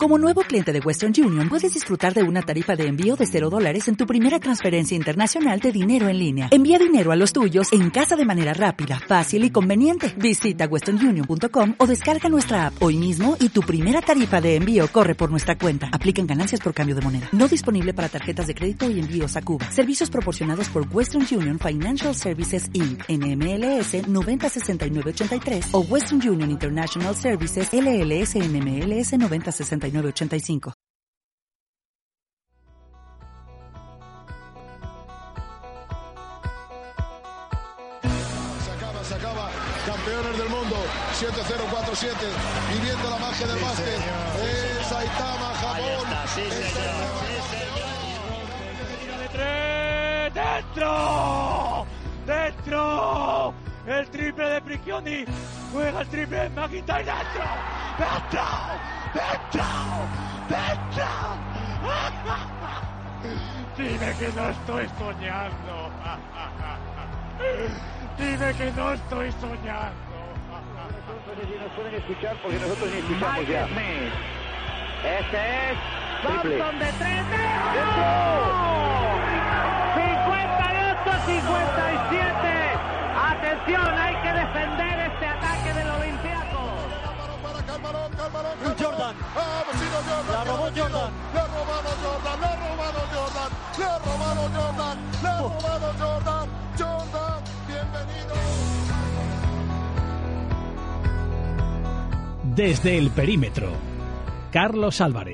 Como nuevo cliente de Western Union, puedes disfrutar de una tarifa de envío de $0 en tu primera transferencia internacional de dinero en línea. Envía dinero a los tuyos en casa de manera rápida, fácil y conveniente. Visita westernunion.com o descarga nuestra app hoy mismo y tu primera tarifa de envío corre por nuestra cuenta. Aplican ganancias por cambio de moneda. No disponible para tarjetas de crédito y envíos a Cuba. Servicios proporcionados por Western Union Financial Services Inc. NMLS 906983 o Western Union International Services LLS NMLS 906985. Se acaba, campeones del mundo, 7-0-4-7, viviendo la magia del básquet, Saitama, Japón. ¡Dentro! ¡Dentro! El triple de Prigioni, juega el triple de McIntyre, ¡dentro! ¡Dentro! ¡Dentro! ¡Dentro! Dime que no estoy soñando. Dime que no estoy soñando. Si nos pueden escuchar porque nosotros ni escuchamos ya. Smith. Este es Thompson de 3. ¡Dentro! 58-57. Atención, hay que defender este ataque del Olympiacos. Calmarón. Jordan. La robó Jordan. Le robado Jordan. Jordan, bienvenido. Desde el perímetro, Carlos Álvarez.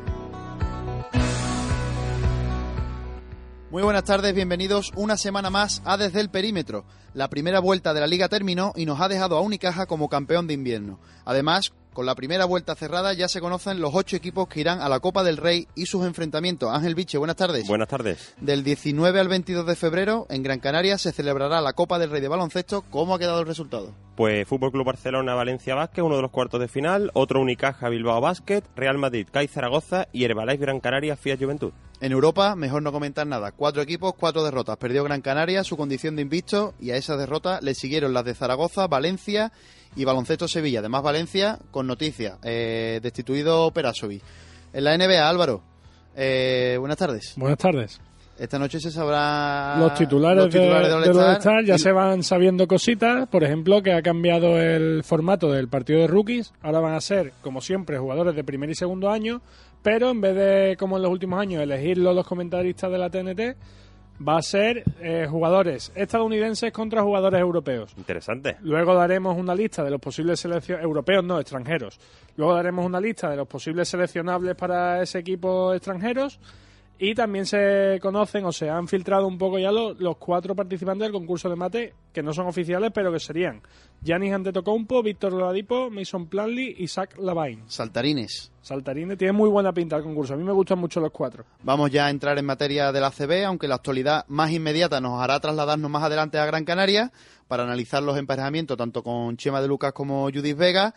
Muy buenas tardes, bienvenidos una semana más a Desde el Perímetro. La primera vuelta de la Liga terminó y nos ha dejado a Unicaja como campeón de invierno. Además, con la primera vuelta cerrada ya se conocen los 8 equipos que irán a la Copa del Rey y sus enfrentamientos. Ángel Viche, buenas tardes. Buenas tardes. Del 19 al 22 de febrero, en Gran Canaria, se celebrará la Copa del Rey de baloncesto. ¿Cómo ha quedado el resultado? Pues Fútbol Club Barcelona Valencia Basket, uno de los cuartos de final, otro Unicaja Bilbao Basket, Real Madrid CAI Zaragoza y Herbalife Gran Canaria Fiat Juventud. En Europa, mejor no comentar nada. 4 equipos, 4 derrotas. Perdió Gran Canaria su condición de invicto y a esa derrota le siguieron las de Zaragoza, Valencia y Baloncesto Sevilla. Además, Valencia con noticias. Destituido Perasovic. En la NBA, Álvaro. Buenas tardes. Buenas tardes. Esta noche se sabrá los titulares de All-Star. Ya y se van sabiendo cositas. Por ejemplo, que ha cambiado el formato del partido de rookies. Ahora van a ser, como siempre, jugadores de primer y segundo año. Pero en vez de, como en los últimos años, elegirlo los comentaristas de la TNT, va a ser jugadores estadounidenses contra jugadores europeos. Interesante. Luego daremos una lista de los posibles europeos, no, extranjeros. Luego daremos una lista de los posibles seleccionables para ese equipo extranjeros. Y también se conocen o se han filtrado un poco ya los 4 participantes del concurso de mate, que no son oficiales, pero que serían Giannis Antetokounmpo, Víctor Oladipo, Mason Plumlee y Zach LaVine. Saltarines. Tiene muy buena pinta el concurso. A mí me gustan mucho los 4. Vamos ya a entrar en materia de la ACB, aunque la actualidad más inmediata nos hará trasladarnos más adelante a Gran Canaria para analizar los emparejamientos tanto con Chema de Lucas como Judith Vega.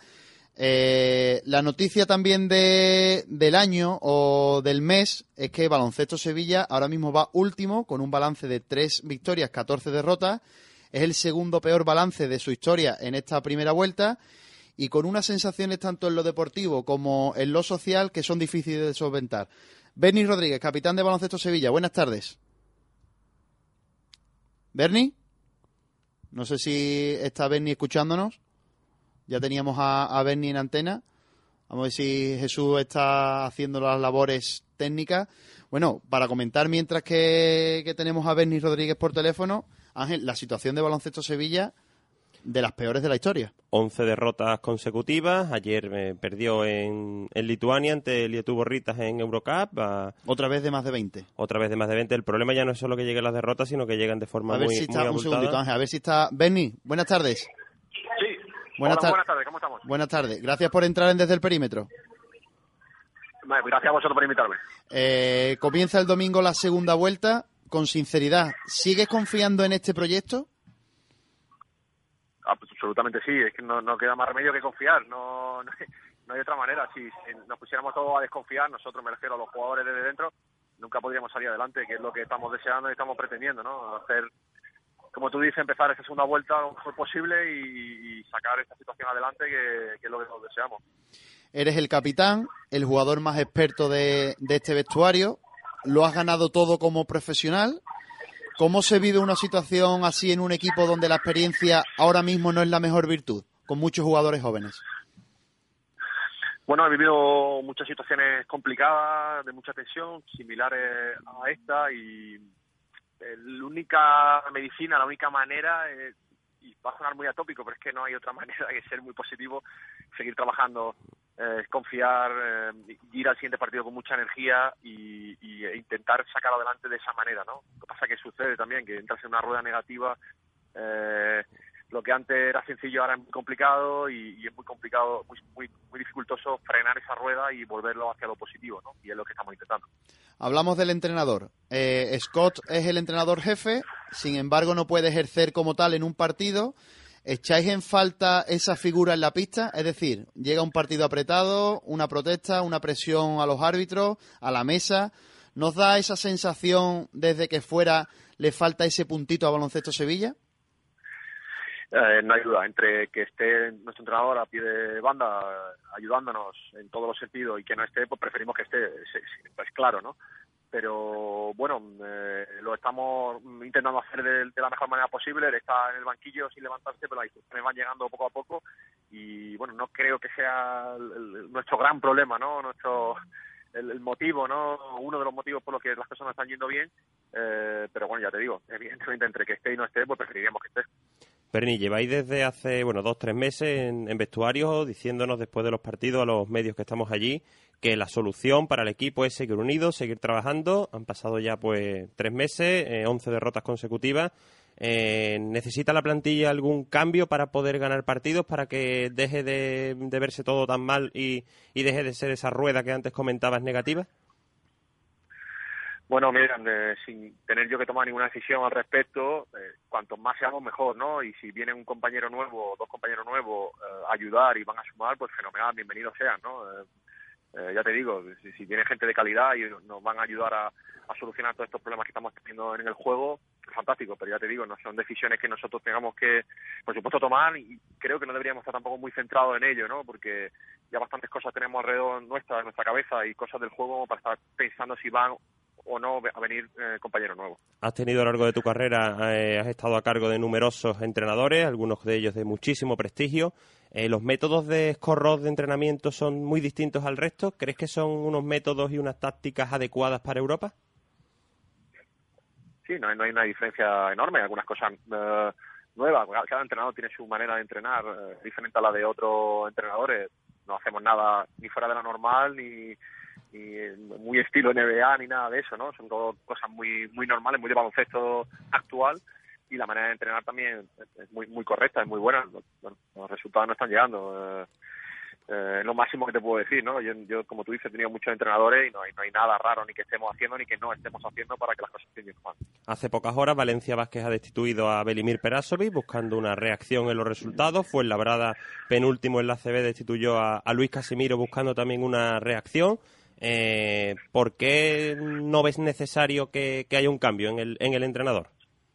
La noticia también del año o del mes es que Baloncesto Sevilla ahora mismo va último con un balance de 3 victorias, 14 derrotas. Es el segundo peor balance de su historia en esta primera vuelta y con unas sensaciones tanto en lo deportivo como en lo social que son difíciles de solventar. Bernie Rodríguez, capitán de Baloncesto Sevilla, buenas tardes. ¿Bernie? No sé si está Bernie escuchándonos. Ya teníamos a Bernie en antena. Vamos a ver si Jesús está haciendo las labores técnicas. Bueno, para comentar mientras que tenemos a Bernie Rodríguez por teléfono, Ángel, la situación de Baloncesto Sevilla, de las peores de la historia. 11 derrotas consecutivas. Ayer perdió en Lituania ante el Lietuvo Ritas en Eurocup. Otra vez de más de 20. Otra vez de más de 20. El problema ya no es solo que lleguen las derrotas, sino que llegan de forma muy abultada. Un segundito, Ángel, a ver si está Bernie. Buenas tardes. Buenas tardes, ¿cómo estamos? Buenas tardes, gracias por entrar en Desde el Perímetro. Gracias a vosotros por invitarme. Comienza el domingo la segunda vuelta. Con sinceridad, ¿sigues confiando en este proyecto? Pues absolutamente sí, es que no queda más remedio que confiar, no hay otra manera. Si nos pusiéramos todos a desconfiar, nosotros, me refiero a los jugadores desde dentro, nunca podríamos salir adelante, que es lo que estamos deseando y estamos pretendiendo, ¿no? Hacer como tú dices, empezar esta segunda vuelta lo mejor posible y sacar esta situación adelante, que es lo que nos deseamos. Eres el capitán, el jugador más experto de este vestuario, lo has ganado todo como profesional. ¿Cómo se vive una situación así en un equipo donde la experiencia ahora mismo no es la mejor virtud, con muchos jugadores jóvenes? Bueno, he vivido muchas situaciones complicadas, de mucha tensión, similares a esta, y la única medicina, la única manera, y va a sonar muy atópico, pero es que no hay otra manera que ser muy positivo, seguir trabajando, confiar, ir al siguiente partido con mucha energía y intentar sacar adelante de esa manera, ¿no? Lo que pasa que sucede también que entras en una rueda negativa, lo que antes era sencillo ahora es muy complicado, y es muy complicado, muy dificultoso frenar esa rueda y volverlo hacia lo positivo, ¿no? Y es lo que estamos intentando. Hablamos del entrenador. Scott es el entrenador jefe, sin embargo no puede ejercer como tal en un partido. ¿Echáis en falta esa figura en la pista? Es decir, llega un partido apretado, una protesta, una presión a los árbitros, a la mesa. ¿Nos da esa sensación desde que fuera le falta ese puntito a Baloncesto Sevilla? No hay duda, entre que esté nuestro entrenador a pie de banda ayudándonos en todos los sentidos y que no esté, pues preferimos que esté, es claro, ¿no? Pero bueno, lo estamos intentando hacer de la mejor manera posible. Él está en el banquillo sin levantarse, pero las instrucciones van llegando poco a poco, y bueno, no creo que sea nuestro gran problema, ¿no? El motivo, ¿no? Uno de los motivos por los que las cosas no están yendo bien, pero bueno, ya te digo, evidentemente entre que esté y no esté, pues preferiríamos que esté. Berni, lleváis desde hace 2-3 meses en vestuario diciéndonos después de los partidos a los medios que estamos allí que la solución para el equipo es seguir unidos, seguir trabajando. Han pasado ya pues 3 meses, 11 derrotas consecutivas. ¿Necesita la plantilla algún cambio para poder ganar partidos, para que deje de verse todo tan mal y deje de ser esa rueda que antes comentabas negativa? Bueno, mira, sin tener yo que tomar ninguna decisión al respecto, cuanto más seamos mejor, ¿no? Y si viene un compañero nuevo, 2 compañeros nuevos a ayudar y van a sumar, pues fenomenal, bienvenidos sean, ¿no? Ya te digo, si viene gente de calidad y nos van a ayudar a solucionar todos estos problemas que estamos teniendo en el juego, fantástico, pero ya te digo, no son decisiones que nosotros tengamos que, por supuesto, tomar, y creo que no deberíamos estar tampoco muy centrados en ello, ¿no? Porque ya bastantes cosas tenemos alrededor de nuestra cabeza y cosas del juego para estar pensando si van o no a venir compañeros nuevos. Has tenido a lo largo de tu carrera, has estado a cargo de numerosos entrenadores, algunos de ellos de muchísimo prestigio. ¿Los métodos de Scott Roth de entrenamiento son muy distintos al resto? ¿Crees que son unos métodos y unas tácticas adecuadas para Europa? Sí, no hay una diferencia enorme, algunas cosas nuevas. Cada entrenador tiene su manera de entrenar diferente a la de otros entrenadores. No hacemos nada ni fuera de lo normal, ni muy estilo NBA, ni nada de eso, ¿no? Son todo cosas muy normales, muy de baloncesto actual, y la manera de entrenar también es muy correcta, es muy buena. Bueno, los resultados no están llegando. Es lo máximo que te puedo decir, ¿no? Yo, como tú dices, he tenido muchos entrenadores y no hay nada raro ni que estemos haciendo ni que no estemos haciendo para que las cosas estén mal. Hace pocas horas Valencia Vázquez ha destituido a Velimir Perasovic buscando una reacción en los resultados. Fuenlabrada, penúltimo en la ACB, destituyó a Luis Casimiro buscando también una reacción. ¿Por qué no ves necesario que haya un cambio en el entrenador?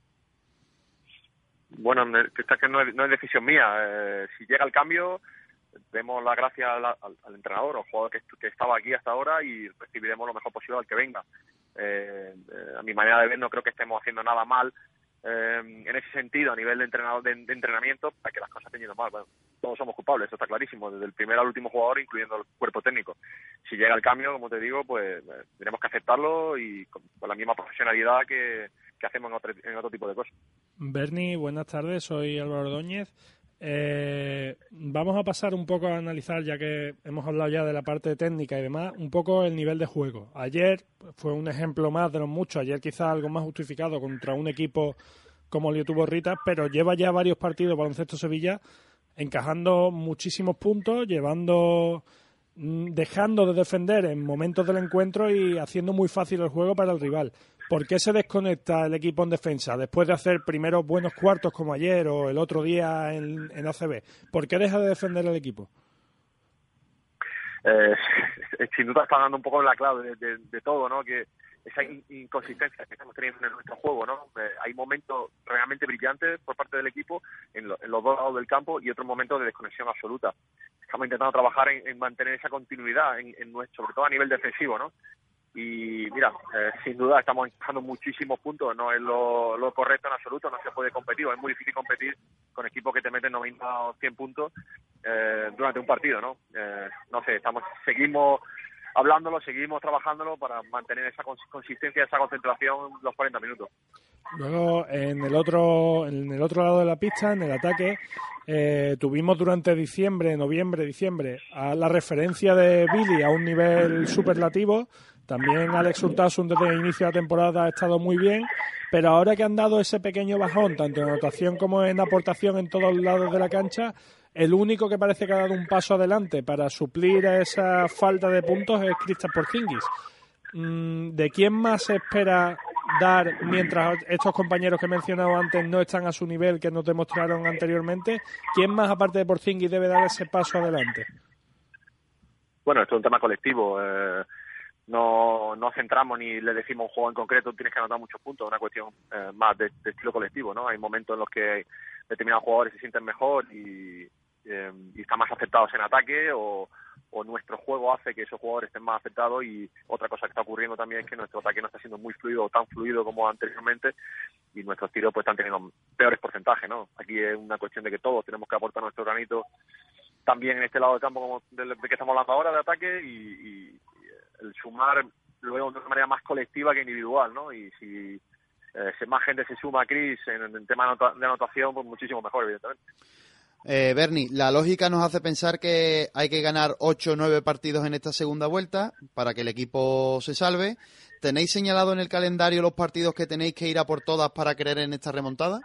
Bueno, esta que no es decisión mía. Si llega el cambio, demos las gracias al entrenador, al jugador que estaba aquí hasta ahora, y recibiremos lo mejor posible al que venga. A mi manera de ver, no creo que estemos haciendo nada mal en ese sentido a nivel de entrenador de entrenamiento para que las cosas estén yendo mal. Bueno, todos somos culpables, eso está clarísimo, desde el primer al último jugador, incluyendo el cuerpo técnico. Si llega el cambio, como te digo, pues tenemos que aceptarlo y con la misma profesionalidad que hacemos en otro tipo de cosas. Berni, buenas tardes, soy Álvaro Ordóñez. Vamos a pasar un poco a analizar, ya que hemos hablado ya de la parte técnica y demás, un poco el nivel de juego. Ayer fue un ejemplo más de los muchos, ayer quizás algo más justificado contra un equipo como el Youtube Borritas, pero lleva ya varios partidos Baloncesto Sevilla encajando muchísimos puntos, dejando de defender en momentos del encuentro y haciendo muy fácil el juego para el rival. ¿Por qué se desconecta el equipo en defensa después de hacer primero buenos cuartos como ayer o el otro día en ACB? ¿Por qué deja de defender el equipo? sin duda está dando un poco la clave de todo, ¿no? Que esa inconsistencia que estamos teniendo en nuestro juego, ¿no? Hay momentos realmente brillantes por parte del equipo en los dos lados del campo y otros momentos de desconexión absoluta. Estamos intentando trabajar en mantener esa continuidad en nuestro, sobre todo a nivel defensivo, ¿no? Y mira, sin duda estamos dejando muchísimos puntos, no es lo correcto en absoluto, no se puede competir, es muy difícil competir con equipos que te meten 90 o 100 puntos durante un partido, ¿no? No sé, seguimos hablándolo, seguimos trabajándolo para mantener esa consistencia, esa concentración los 40 minutos. Luego, en el otro lado de la pista, en el ataque, tuvimos durante noviembre, diciembre, a la referencia de Billy a un nivel superlativo. También Alex Urtasun desde el inicio de la temporada ha estado muy bien, pero ahora que han dado ese pequeño bajón, tanto en anotación como en aportación en todos los lados de la cancha, el único que parece que ha dado un paso adelante para suplir esa falta de puntos es Kristaps Porzingis. ¿De quién más se espera dar mientras estos compañeros que he mencionado antes no están a su nivel que nos demostraron anteriormente? ¿Quién más, aparte de Porzingis, debe dar ese paso adelante? Bueno, esto es un tema colectivo. No centramos ni le decimos a un juego en concreto tienes que anotar muchos puntos, es una cuestión más de estilo colectivo, ¿no? Hay momentos en los que determinados jugadores se sienten mejor y están más afectados en ataque o nuestro juego hace que esos jugadores estén más afectados, y otra cosa que está ocurriendo también es que nuestro ataque no está siendo muy fluido o tan fluido como anteriormente y nuestros tiros pues están teniendo peores porcentajes, ¿no? Aquí es una cuestión de que todos tenemos que aportar nuestro granito también en este lado del campo como de que estamos hablando ahora de ataque y el sumar luego de una manera más colectiva que individual, ¿no? Y si más gente se suma a Chris en el tema de anotación, pues muchísimo mejor, evidentemente. Bernie, la lógica nos hace pensar que hay que ganar 8 o 9 partidos en esta segunda vuelta para que el equipo se salve. ¿Tenéis señalado en el calendario los partidos que tenéis que ir a por todas para creer en esta remontada?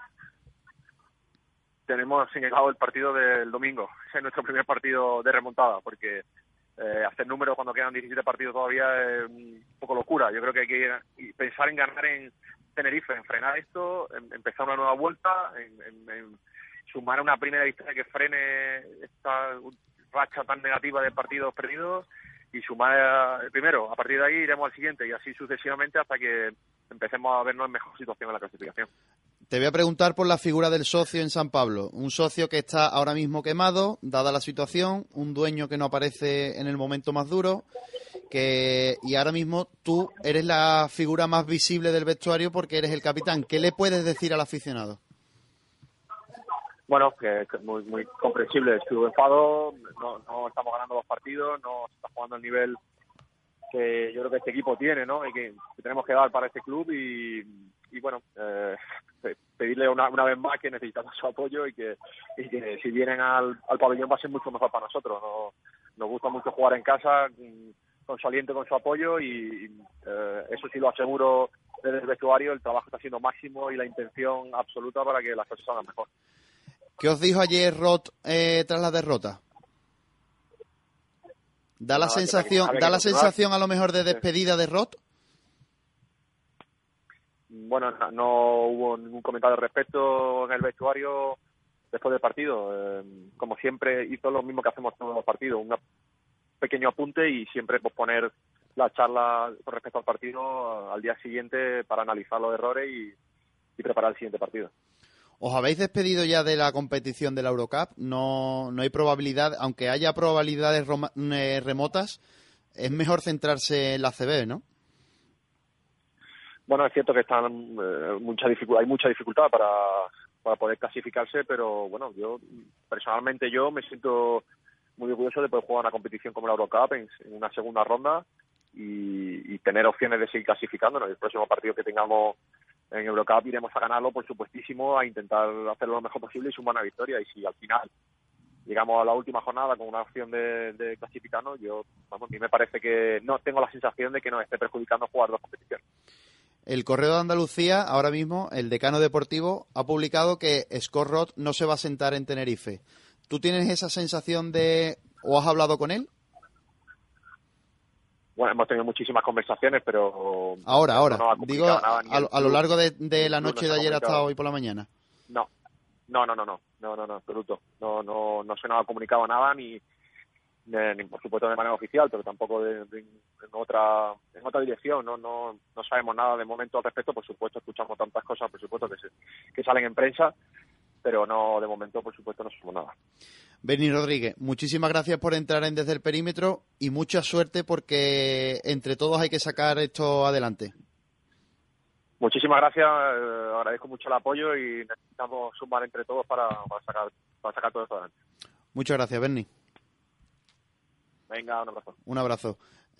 Tenemos señalado el partido del domingo. Ese es nuestro primer partido de remontada, porque hacer números cuando quedan 17 partidos todavía es un poco locura. Yo creo que hay que pensar en ganar en Tenerife, en frenar esto, en empezar una nueva vuelta, en sumar una primera victoria que frene esta racha tan negativa de partidos perdidos y sumar el primero. A partir de ahí iremos al siguiente y así sucesivamente hasta que empecemos a vernos en mejor situación en la clasificación. Te voy a preguntar por la figura del socio en San Pablo. Un socio que está ahora mismo quemado, dada la situación, un dueño que no aparece en el momento más duro, y ahora mismo tú eres la figura más visible del vestuario porque eres el capitán. ¿Qué le puedes decir al aficionado? Bueno, que es muy comprensible su enfado, no estamos ganando los partidos, no se está jugando al nivel que yo creo que este equipo tiene, ¿no? Y que tenemos que dar para este club y bueno, pedirle una vez más que necesitamos su apoyo y que si vienen al pabellón va a ser mucho mejor para nosotros. Nos gusta mucho jugar en casa con su aliento, con su apoyo y eso sí lo aseguro desde el vestuario, el trabajo está siendo máximo y la intención absoluta para que las cosas salgan mejor. ¿Qué os dijo ayer Roth tras la derrota? ¿Da la sensación a lo mejor de despedida de Roth? Bueno, no hubo ningún comentario al respecto en el vestuario después del partido. Como siempre hizo lo mismo que hacemos todos los partidos, un pequeño apunte y siempre posponer la charla con respecto al partido al día siguiente para analizar los errores y preparar el siguiente partido. ¿Os habéis despedido ya de la competición de la Eurocup? No hay probabilidad, aunque haya probabilidades remotas, es mejor centrarse en la ACB, ¿no? Bueno, es cierto que hay mucha dificultad para poder clasificarse, pero bueno, yo personalmente me siento muy orgulloso de poder jugar una competición como la Eurocup en una segunda ronda y tener opciones de seguir clasificándonos. El próximo partido que tengamos en Eurocup iremos a ganarlo, por supuestísimo, a intentar hacerlo lo mejor posible y sumar una victoria. Y si al final llegamos a la última jornada con una opción de clasificarnos, a mí me parece que no tengo la sensación de que nos esté perjudicando jugar dos competiciones. El Correo de Andalucía, ahora mismo, el decano deportivo, ha publicado que Scott Roth no se va a sentar en Tenerife. ¿Tú tienes esa sensación o has hablado con él? Bueno, hemos tenido muchísimas conversaciones, pero... Ahora. Digo, a lo largo de la noche de ayer hasta hoy por la mañana. No, absoluto. No se nos ha comunicado nada, ni ni por supuesto de manera oficial, pero tampoco en otra dirección. No sabemos nada de momento al respecto. Por supuesto escuchamos tantas cosas, por supuesto que salen en prensa, pero no, de momento por supuesto no sabemos nada. Berni Rodríguez, muchísimas gracias por entrar en Desde el Perímetro y mucha suerte, porque entre todos hay que sacar esto adelante. Muchísimas gracias, agradezco mucho el apoyo y necesitamos sumar entre todos para sacar todo esto adelante. Muchas gracias, Berni. Venga, un abrazo. Un abrazo.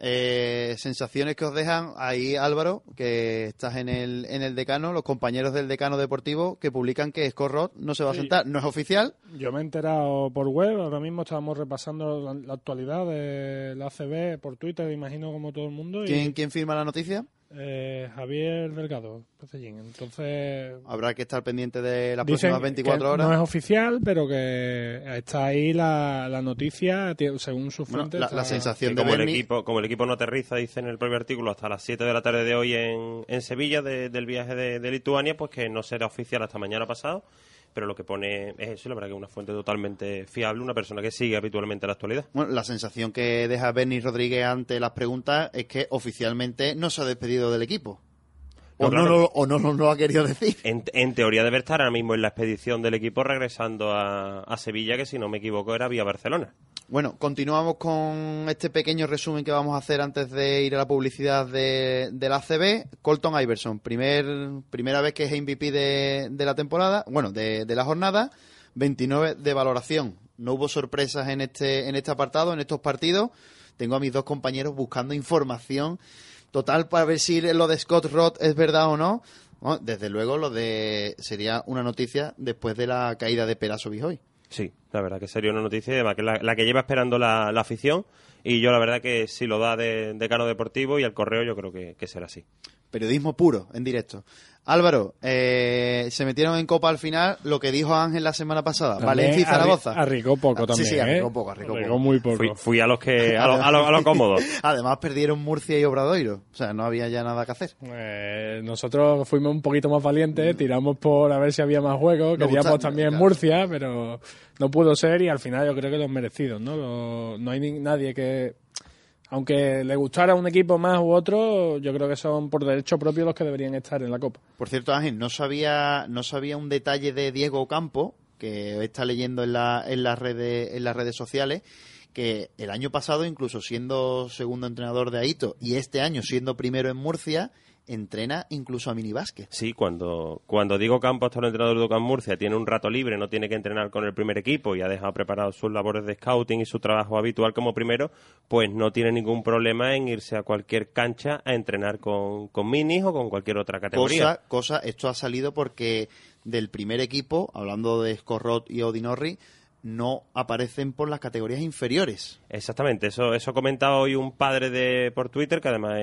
Sensaciones que os dejan ahí, Álvaro, que estás en el Decano, los compañeros del Decano Deportivo que publican que Scott Roth no se va a sentar. No es oficial. Yo me he enterado por web, ahora mismo estábamos repasando la actualidad de la ACB por Twitter, imagino, como todo el mundo. ¿Quién firma la noticia? Javier Delgado, Pecellín. Entonces habrá que estar pendiente de las próximas 24 horas. No es oficial, pero que está ahí la noticia, según su fuente. Bueno, la sensación de como el equipo no aterriza, dice en el propio artículo, hasta las 7 de la tarde de hoy en Sevilla, del viaje de Lituania, pues que no será oficial hasta mañana pasado. Pero lo que pone es eso, la verdad que es una fuente totalmente fiable, una persona que sigue habitualmente la actualidad. Bueno, la sensación que deja Berni Rodríguez ante las preguntas es que oficialmente no se ha despedido del equipo. O no lo ha querido decir. En teoría debe estar ahora mismo en la expedición del equipo regresando a Sevilla, que si no me equivoco era vía Barcelona. Bueno, continuamos con este pequeño resumen que vamos a hacer antes de ir a la publicidad de la ACB. Colton Iverson, primera vez que es MVP de la temporada, bueno, de la jornada, 29 de valoración. No hubo sorpresas en este apartado, en estos partidos. Tengo a mis dos compañeros buscando información total para ver si lo de Scott Roth es verdad o no. Bueno, desde luego sería una noticia después de la caída de Perasovic hoy. Sí, la verdad que sería una noticia, además que la que lleva esperando la afición, y yo la verdad que si lo da de Decano Deportivo y al correo yo creo que será así. Periodismo puro, en directo. Álvaro, se metieron en Copa al final, lo que dijo Ángel la semana pasada, también Valencia y Zaragoza. Arriesgó poco también. Sí, arriesgó poco. Muy poco. Fui a los cómodos. Además perdieron Murcia y Obradoiro, o sea, no había ya nada que hacer. Nosotros fuimos un poquito más valientes, tiramos por a ver si había más juegos, queríamos también claro. Murcia, pero no pudo ser y al final yo creo que los merecidos, ¿no? No hay nadie que... Aunque le gustara un equipo más u otro, yo creo que son por derecho propio los que deberían estar en la Copa. Por cierto, Ángel, no sabía un detalle de Diego Ocampo, que está leyendo en las redes sociales, que el año pasado, incluso siendo segundo entrenador de Aito, y este año siendo primero en Murcia, entrena incluso a minibásquet. Sí, cuando Diego Campos, hasta el entrenador de UCAM Murcia, tiene un rato libre, no tiene que entrenar con el primer equipo y ha dejado preparados sus labores de scouting y su trabajo habitual como primero, pues no tiene ningún problema en irse a cualquier cancha a entrenar con minis o con cualquier otra categoría. Esto ha salido porque del primer equipo, hablando de Scott Roth y Odinorri, no aparecen por las categorías inferiores. Exactamente, eso comentaba hoy un padre por Twitter, que además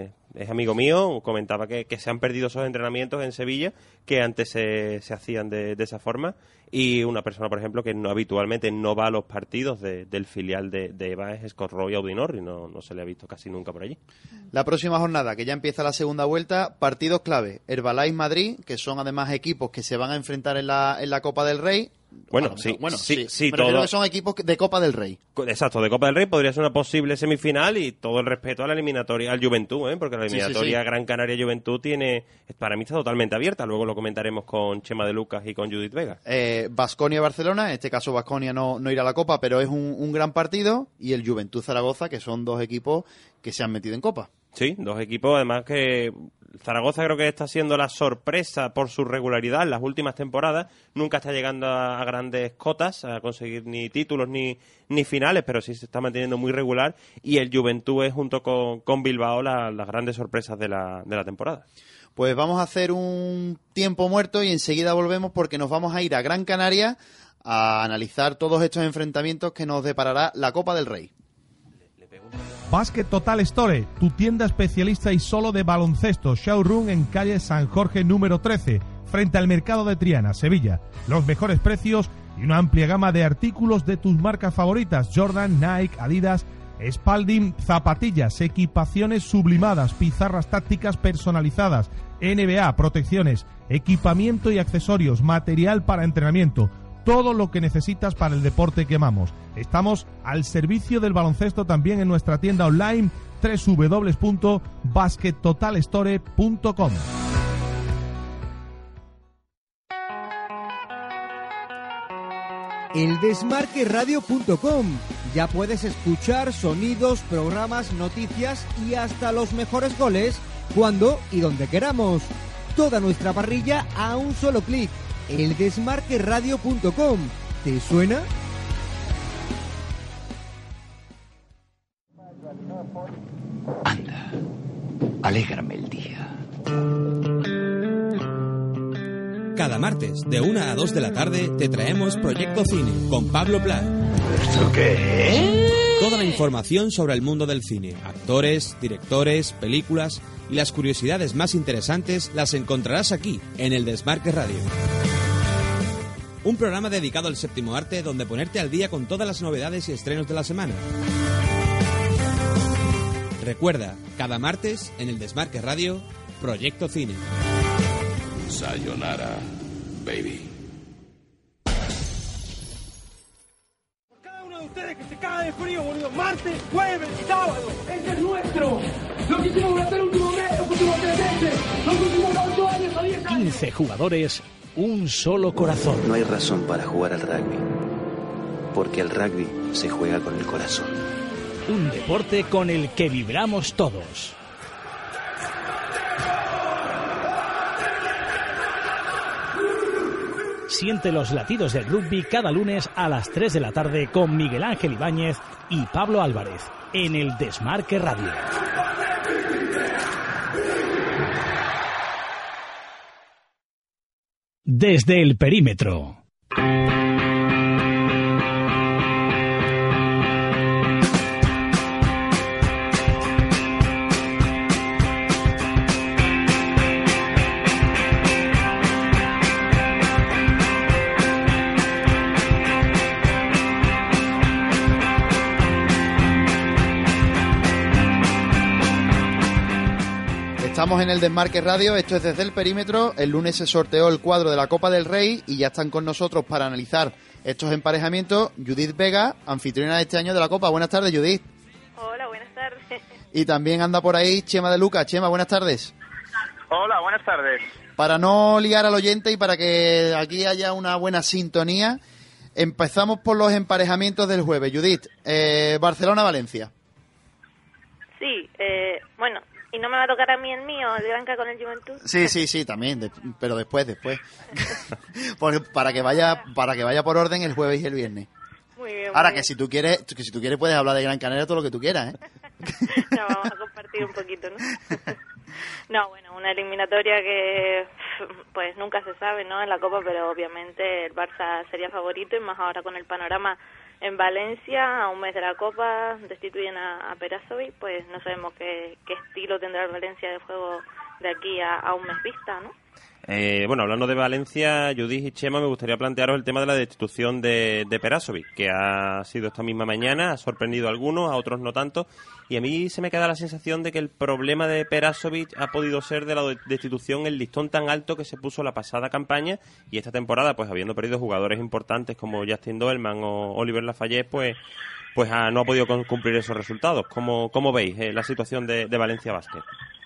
es amigo mío, comentaba que se han perdido esos entrenamientos en Sevilla que antes se hacían de esa forma, y una persona, por ejemplo, que habitualmente no va a los partidos del filial de EVA es Scott Roth y Odinorri, no se le ha visto casi nunca por allí. La próxima jornada, que ya empieza la segunda vuelta, partidos clave, Herbalife Madrid, que son además equipos que se van a enfrentar en la Copa del Rey. Bueno, sí, pero creo que son equipos de Copa del Rey. Exacto, de Copa del Rey podría ser una posible semifinal, y todo el respeto a la eliminatoria, al Juventud, porque la eliminatoria Gran Canaria Juventud para mí está totalmente abierta. Luego lo comentaremos con Chema de Lucas y con Judith Vega. Baskonia-Barcelona, en este caso Baskonia no irá a la Copa, pero es un gran partido, y el Juventud-Zaragoza, que son dos equipos que se han metido en Copa. Sí, dos equipos, además que Zaragoza creo que está siendo la sorpresa por su regularidad en las últimas temporadas. Nunca está llegando a grandes cotas, a conseguir ni títulos ni finales, pero sí se está manteniendo muy regular. Y el Juventud es, junto con Bilbao, las grandes sorpresas de la temporada. Pues vamos a hacer un tiempo muerto y enseguida volvemos, porque nos vamos a ir a Gran Canaria a analizar todos estos enfrentamientos que nos deparará la Copa del Rey. Basket Total Store, tu tienda especialista y solo de baloncesto, showroom en calle San Jorge número 13, frente al Mercado de Triana, Sevilla. Los mejores precios y una amplia gama de artículos de tus marcas favoritas: Jordan, Nike, Adidas, Spalding, zapatillas, equipaciones sublimadas, pizarras tácticas personalizadas, NBA, protecciones, equipamiento y accesorios, material para entrenamiento. todo lo que necesitas para el deporte que amamos. Estamos al servicio del baloncesto también en nuestra tienda online www.baskettotalstore.com. Eldesmarqueradio.com. Ya puedes escuchar sonidos, programas, noticias y hasta los mejores goles cuando y donde queramos. Toda nuestra parrilla a un solo clic. Eldesmarqueradio.com. ¿Te suena? Anda, alégrame el día. Cada martes, de 1 a 2 de la tarde, te traemos Proyecto Cine con Pablo Plat. ¿Esto qué es? Toda la información sobre el mundo del cine, actores, directores, películas y las curiosidades más interesantes las encontrarás aquí, en el Desmarque Radio. Un programa dedicado al séptimo arte donde ponerte al día con todas las novedades y estrenos de la semana. Recuerda, cada martes, en el Desmarque Radio, Proyecto Cine. Sayonara, baby. Por cada uno de ustedes que se caga de frío, boludo. Martes, jueves, sábado. Este es nuestro. Lo que hicimos durante el último mes, los últimos 3 meses, los últimos 8 años o 10 años. 15 jugadores, un solo corazón. No hay razón para jugar al rugby, porque el rugby se juega con el corazón. Un deporte con el que vibramos todos. Siente los latidos del rugby cada lunes a las 3 de la tarde con Miguel Ángel Ibáñez y Pablo Álvarez en el Desmarque Radio. Desde el perímetro. Estamos en el Desmarque Radio, esto es Desde el Perímetro. El lunes se sorteó el cuadro de la Copa del Rey y ya están con nosotros para analizar estos emparejamientos Judith Vega, anfitriona de este año de la Copa. Buenas tardes, Judith. Hola, buenas tardes. Y también anda por ahí Chema de Lucas. Chema, buenas tardes. Hola, buenas tardes. Para no liar al oyente y para que aquí haya una buena sintonía, empezamos por los emparejamientos del jueves. Judith, Barcelona-Valencia. Sí, bueno, ¿y no me va a tocar a mí el mío, el Granca con el Juventud? Sí, también, pero después. para que vaya por orden el jueves y el viernes. Muy bien. Ahora, muy que si tú quieres puedes hablar de Gran Canaria todo lo que tú quieras, ¿eh? No, vamos a compartir un poquito, ¿no? No, bueno, una eliminatoria que pues nunca se sabe, ¿no? En la Copa, pero obviamente el Barça sería favorito y más ahora con el panorama en Valencia, a un mes de la Copa, destituyen a Perasovic, pues no sabemos qué estilo tendrá el Valencia de juego de aquí a un mes vista, ¿no? Bueno, hablando de Valencia, Judith y Chema, me gustaría plantearos el tema de la destitución de Perasovic, que ha sido esta misma mañana, ha sorprendido a algunos, a otros no tanto, y a mí se me queda la sensación de que el problema de Perasovic ha podido ser de la destitución el listón tan alto que se puso la pasada campaña, y esta temporada, pues habiendo perdido jugadores importantes como Justin Doelman o Oliver Lafayette, pues no ha podido cumplir esos resultados. ¿Cómo veis la situación de Valencia Basket?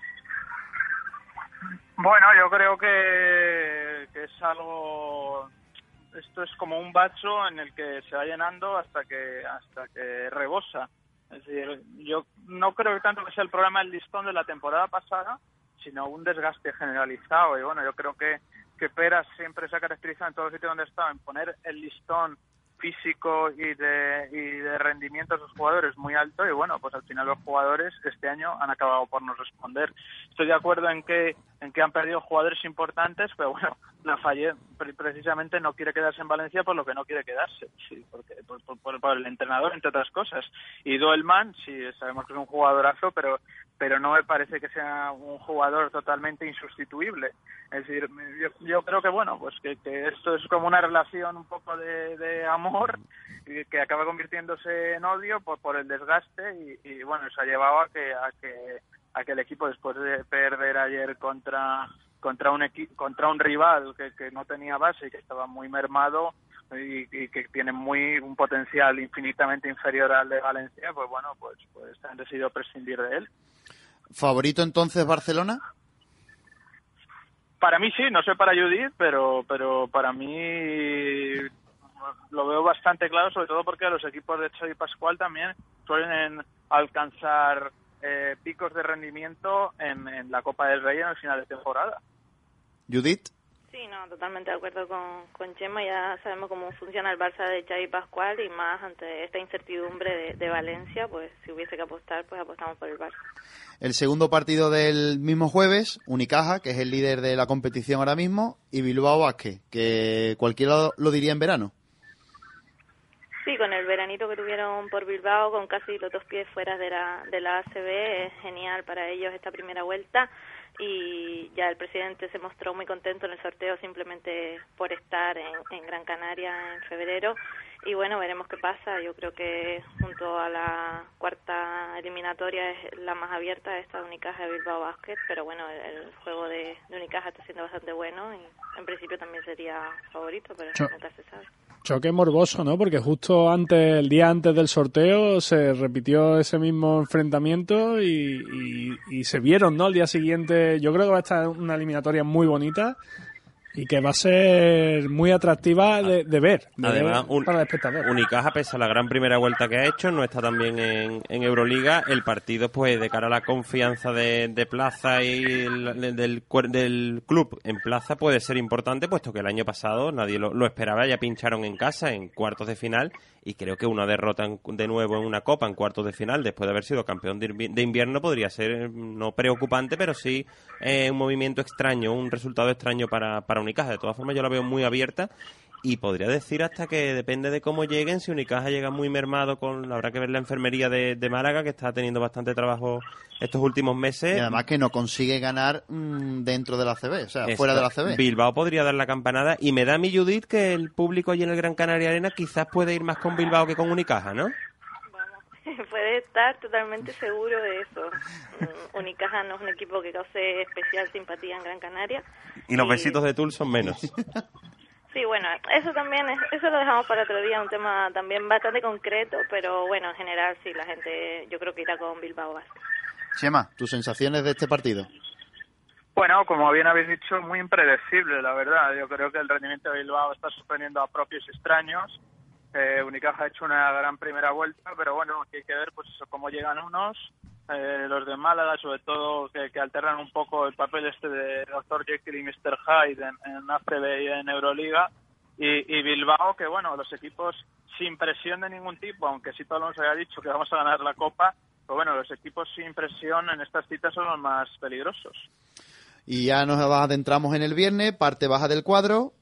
Bueno, yo creo que es algo... Esto es como un bacho en el que se va llenando hasta que rebosa. Es decir, yo no creo que tanto que sea el problema del listón de la temporada pasada, sino un desgaste generalizado. Y bueno, yo creo que Peras siempre se ha caracterizado en todos los sitios donde estaba en poner el listón físico y de rendimiento a sus jugadores muy alto, y bueno, pues al final los jugadores este año han acabado por no responder. Estoy de acuerdo en que han perdido jugadores importantes, pero bueno, Lafayette precisamente no quiere quedarse en Valencia por lo que no quiere quedarse, sí, porque por el entrenador, entre otras cosas. Y Doelman, sí, sabemos que es un jugadorazo, pero no me parece que sea un jugador totalmente insustituible. Es decir, yo creo que bueno, pues que esto es como una relación un poco de amor que acaba convirtiéndose en odio por el desgaste y bueno, eso ha llevado a que el equipo, después de perder ayer contra un rival que no tenía base y que estaba muy mermado, y que tienen un potencial infinitamente inferior al de Valencia, pues bueno, pues han decidido prescindir de él. ¿Favorito entonces Barcelona? Para mí sí, no sé para Judith, pero para mí lo veo bastante claro, sobre todo porque los equipos de Xavi Pascual también suelen alcanzar picos de rendimiento en la Copa del Rey en el final de temporada. ¿Judith? Sí, no, totalmente de acuerdo con Chema. Ya sabemos cómo funciona el Barça de Xavi Pascual y más ante esta incertidumbre de Valencia, pues si hubiese que apostar, pues apostamos por el Barça. El segundo partido del mismo jueves, Unicaja, que es el líder de la competición ahora mismo, y Bilbao Basket, que cualquiera lo diría en verano. Sí, con el veranito que tuvieron por Bilbao, con casi los 2 pies fuera de la ACB, es genial para ellos esta primera vuelta. Y ya el presidente se mostró muy contento en el sorteo simplemente por estar en Gran Canaria en febrero. Y bueno, veremos qué pasa. Yo creo que junto a la cuarta eliminatoria es la más abierta, esta de Unicaja de Bilbao Basket, pero bueno, el juego de Unicaja está siendo bastante bueno y en principio también sería favorito, pero nunca se sabe. Choque morboso, ¿no? Porque justo el día antes del sorteo se repitió ese mismo enfrentamiento y se vieron, ¿no? El día siguiente, yo creo que va a estar una eliminatoria muy bonita y que va a ser muy atractiva de ver. Además, para el espectador. Unicaja, pese a la gran primera vuelta que ha hecho, no está tan bien en Euroliga. El partido, pues, de cara a la confianza de Plaza y del club en Plaza puede ser importante, puesto que el año pasado nadie lo esperaba. Ya pincharon en casa en cuartos de final y creo que una derrota de nuevo en una Copa en cuartos de final, después de haber sido campeón de invierno, podría ser no preocupante, pero sí un movimiento extraño, un resultado extraño para Unicaja. De todas formas, yo la veo muy abierta y podría decir hasta que depende de cómo lleguen. Si Unicaja llega muy mermado, habrá que ver la enfermería de Málaga, que está teniendo bastante trabajo estos últimos meses. Y además que no consigue ganar dentro de la ACB, o sea, fuera de la ACB. Bilbao podría dar la campanada y me da a mí, Judith, que el público allí en el Gran Canaria Arena quizás puede ir más con Bilbao que con Unicaja, ¿no? Puede estar totalmente seguro de eso. Unicaja no es un equipo que cause especial simpatía en Gran Canaria. Y los besitos de Tul son menos. Sí, bueno, eso también eso lo dejamos para otro día, un tema también bastante concreto, pero bueno, en general sí, la gente yo creo que irá con Bilbao Basket. Chema, tus sensaciones de este partido. Bueno, como bien habéis dicho, muy impredecible, la verdad. Yo creo que el rendimiento de Bilbao está sorprendiendo a propios y extraños. Unicaja ha hecho una gran primera vuelta, pero bueno, hay que ver pues eso, cómo llegan unos, los de Málaga, sobre todo, que alternan un poco el papel de Dr. Jekyll y Mr. Hyde en ACB y en Euroliga, y Bilbao, que bueno, los equipos sin presión de ningún tipo, aunque sí todos nos haya dicho que vamos a ganar la Copa, pues bueno, los equipos sin presión en estas citas son los más peligrosos. Y ya nos adentramos en el viernes, parte baja del cuadro,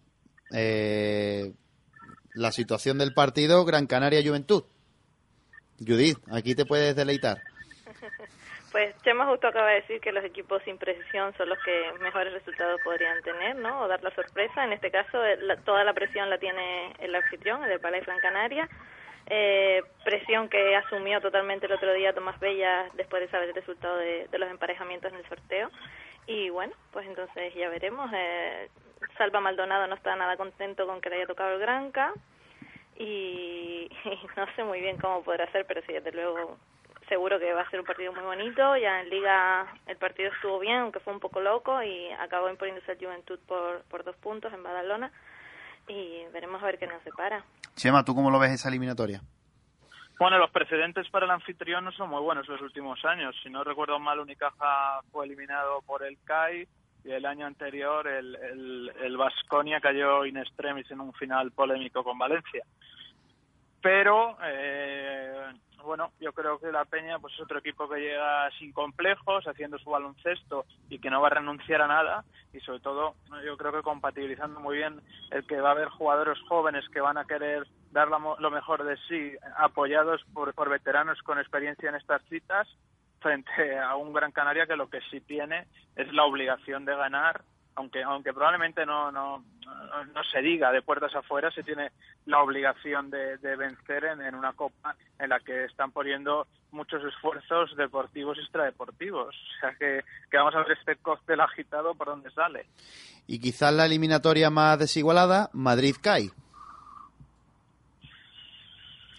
la situación del partido Gran Canaria Juventud. Judith, aquí te puedes deleitar. Pues Chema justo acaba de decir que los equipos sin presión son los que mejores resultados podrían tener, ¿no? O dar la sorpresa. En este caso, toda la presión la tiene el anfitrión, el del Palais Gran Canaria. Presión que asumió totalmente el otro día Tomás Bella después de saber el resultado de los emparejamientos en el sorteo. Y bueno, pues entonces ya veremos. Salva Maldonado no está nada contento con que le haya tocado el Granca y no sé muy bien cómo podrá ser, pero sí, desde luego seguro que va a ser un partido muy bonito. Ya en Liga el partido estuvo bien, aunque fue un poco loco, y acabó imponiéndose el Juventud por 2 puntos en Badalona, y veremos a ver qué nos separa. Chema, ¿tú cómo lo ves esa eliminatoria? Bueno, los precedentes para el anfitrión no son muy buenos los últimos años. Si no recuerdo mal, Unicaja fue eliminado por el CAI y el año anterior el Baskonia cayó in extremis en un final polémico con Valencia. Pero, bueno, yo creo que la Peña pues es otro equipo que llega sin complejos, haciendo su baloncesto y que no va a renunciar a nada, y sobre todo yo creo que compatibilizando muy bien el que va a haber jugadores jóvenes que van a querer dar lo mejor de sí, apoyados por veteranos con experiencia en estas citas, frente a un Gran Canaria que lo que sí tiene es la obligación de ganar, aunque probablemente no se diga de puertas afuera, se tiene la obligación de vencer en una Copa en la que están poniendo muchos esfuerzos deportivos y extradeportivos. O sea que vamos a ver este cóctel agitado por donde sale. Y quizás la eliminatoria más desigualada, Madrid-CAI.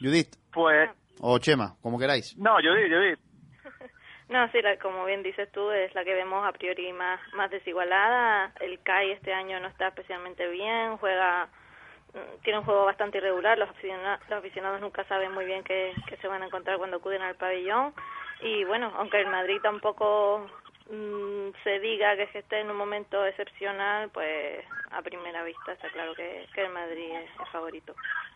Judith. Pues... O Chema, como queráis. No, Judith. No, sí, como bien dices tú, es la que vemos a priori más desigualada. El CAI este año no está especialmente bien, tiene un juego bastante irregular, los aficionados nunca saben muy bien qué se van a encontrar cuando acuden al pabellón. Y bueno, aunque el Madrid tampoco se diga que esté en un momento excepcional, pues a primera vista está claro que el Madrid es favorito.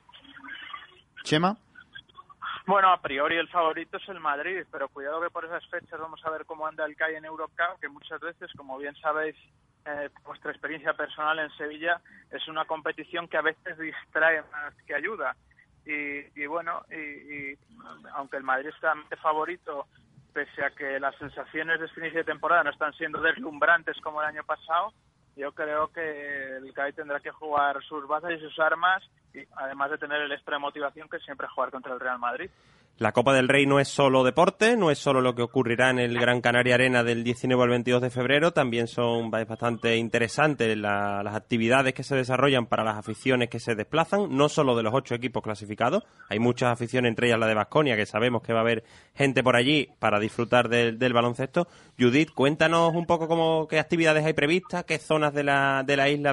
Chema. Bueno, a priori el favorito es el Madrid, pero cuidado que por esas fechas vamos a ver cómo anda el CAI en Eurocup, que muchas veces, como bien sabéis, vuestra experiencia personal en Sevilla, es una competición que a veces distrae más que ayuda. Y bueno, aunque el Madrid está favorito, pese a que las sensaciones de este inicio de temporada no están siendo deslumbrantes como el año pasado, yo creo que el CAI tendrá que jugar sus bazas y sus armas, y además de tener el extra de motivación que siempre es jugar contra el Real Madrid. La Copa del Rey no es solo deporte, no es solo lo que ocurrirá en el Gran Canaria Arena del 19 al 22 de febrero, también son bastante interesantes las actividades que se desarrollan para las aficiones que se desplazan, no solo de los 8 equipos clasificados, hay muchas aficiones, entre ellas la de Baskonia, que sabemos que va a haber gente por allí para disfrutar del baloncesto. Judith, cuéntanos un poco qué actividades hay previstas, qué zonas de la isla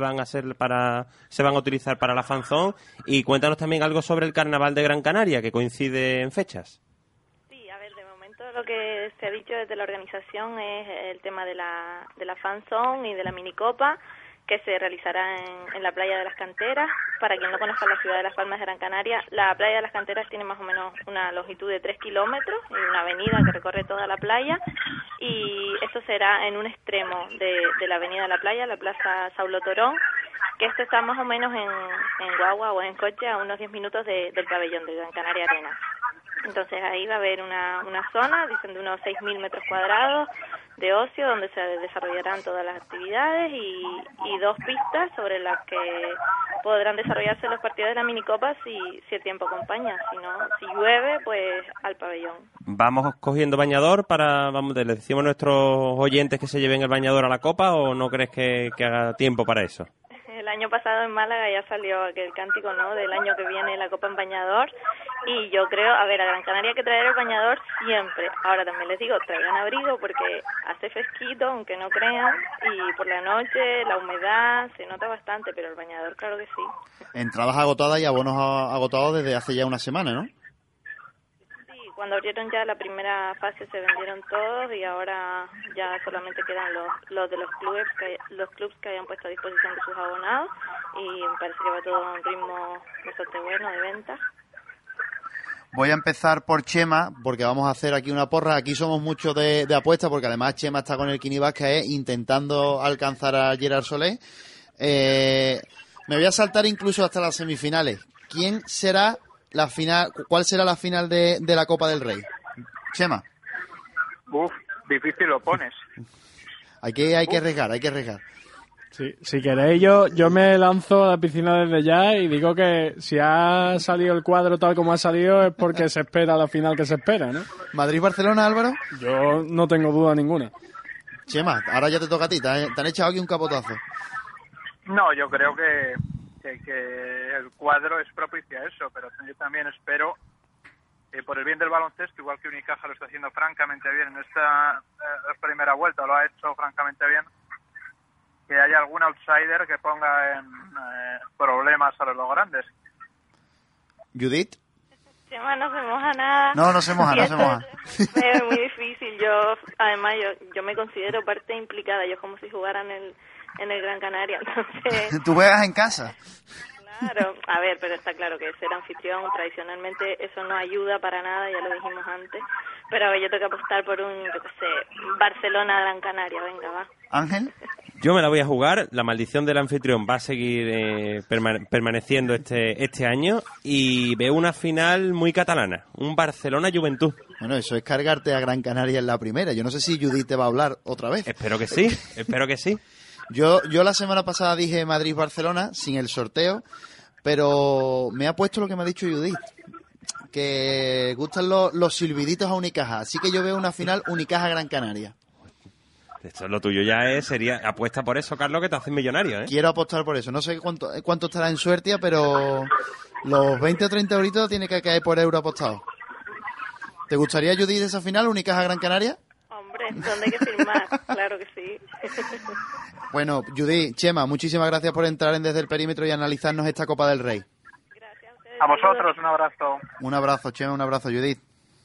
se van a utilizar para la Fan Zone, y cuéntanos también algo sobre el Carnaval de Gran Canaria, que coincide en fecha. Sí, a ver, de momento lo que se ha dicho desde la organización es el tema de la Fan Zone y de la minicopa, que se realizará en la playa de las Canteras. Para quien no conozca la ciudad de Las Palmas de Gran Canaria, la playa de las Canteras tiene más o menos una longitud de 3 kilómetros y una avenida que recorre toda la playa, y esto será en un extremo de la avenida de la playa, la Plaza Saulo Torón, que esto está más o menos en guagua o en coche a unos 10 minutos del pabellón de Gran Canaria Arena. Entonces ahí va a haber una zona, dicen de unos 6.000 metros cuadrados de ocio, donde se desarrollarán todas las actividades y 2 pistas sobre las que podrán desarrollarse los partidos de la minicopa si el tiempo acompaña. Si llueve, pues al pabellón. ¿Vamos cogiendo bañador le decimos a nuestros oyentes que se lleven el bañador a la copa, o no crees que haga tiempo para eso? El año pasado en Málaga ya salió aquel cántico, ¿no?, del año que viene la Copa en bañador, y yo creo, a Gran Canaria hay que traer el bañador siempre. Ahora también les digo, traigan abrigo porque hace fresquito, aunque no crean, y por la noche la humedad se nota bastante, pero el bañador claro que sí. Entradas agotadas y abonos agotados desde hace ya una semana, ¿no? Cuando abrieron ya la primera fase se vendieron todos y ahora ya solamente quedan los de los clubes que hayan puesto a disposición de sus abonados, y me parece que va todo a un ritmo bastante bueno de venta. Voy a empezar por Chema, porque vamos a hacer aquí una porra. Aquí somos muchos de apuestas, porque además Chema está con el Kini Vázquez intentando alcanzar a Gerard Solé. Me voy a saltar incluso hasta las semifinales. ¿Quién será la final? ¿Cuál será la final de la Copa del Rey? Chema. Difícil lo pones. Hay que arriesgar. Sí, si queréis yo me lanzo a la piscina desde ya y digo que si ha salido el cuadro tal como ha salido es porque se espera la final que se espera, ¿no? ¿Madrid-Barcelona, Álvaro? Yo no tengo duda ninguna. Chema, ahora ya te toca a ti, te han echado aquí un capotazo. No, yo creo que el cuadro es propicio a eso, pero yo también espero, por el bien del baloncesto, igual que Unicaja lo está haciendo francamente bien en esta primera vuelta, lo ha hecho francamente bien, que haya algún outsider que ponga en problemas a los grandes. ¿Judith? Chema no se moja nada. No se moja. Es muy difícil. Además, yo me considero parte implicada. Yo como si jugara en el Gran Canaria, entonces... ¿Tú juegas en casa? Claro, a ver, pero está claro que ser anfitrión, tradicionalmente, eso no ayuda para nada, ya lo dijimos antes. Pero a ver, yo tengo que apostar por un, Barcelona-Gran Canaria, venga, va. ¿Ángel? Yo me la voy a jugar, la maldición del anfitrión va a seguir permaneciendo este año, y veo una final muy catalana, un Barcelona-Juventud. Bueno, eso es cargarte a Gran Canaria en la primera. Yo no sé si Judith te va a hablar otra vez. Espero que sí. Yo la semana pasada dije Madrid-Barcelona sin el sorteo, pero me ha puesto lo que me ha dicho Judith, que gustan los silbiditos a Unicaja, así que yo veo una final Unicaja-Gran Canaria. Esto lo tuyo sería apuesta por eso, Carlos, que te haces millonario, ¿eh? Quiero apostar por eso. No sé cuánto estará en Suertia, pero los 20 o 30 euritos tiene que caer por euro apostado. ¿Te gustaría, Judith, esa final, Unicaja Gran Canaria? Hombre, ¿dónde hay que firmar? Claro que sí. Bueno, Judith, Chema, muchísimas gracias por entrar en Desde el Perímetro y analizarnos esta Copa del Rey. Gracias a ustedes. A vosotros, un abrazo. Un abrazo, Chema, un abrazo, Judith.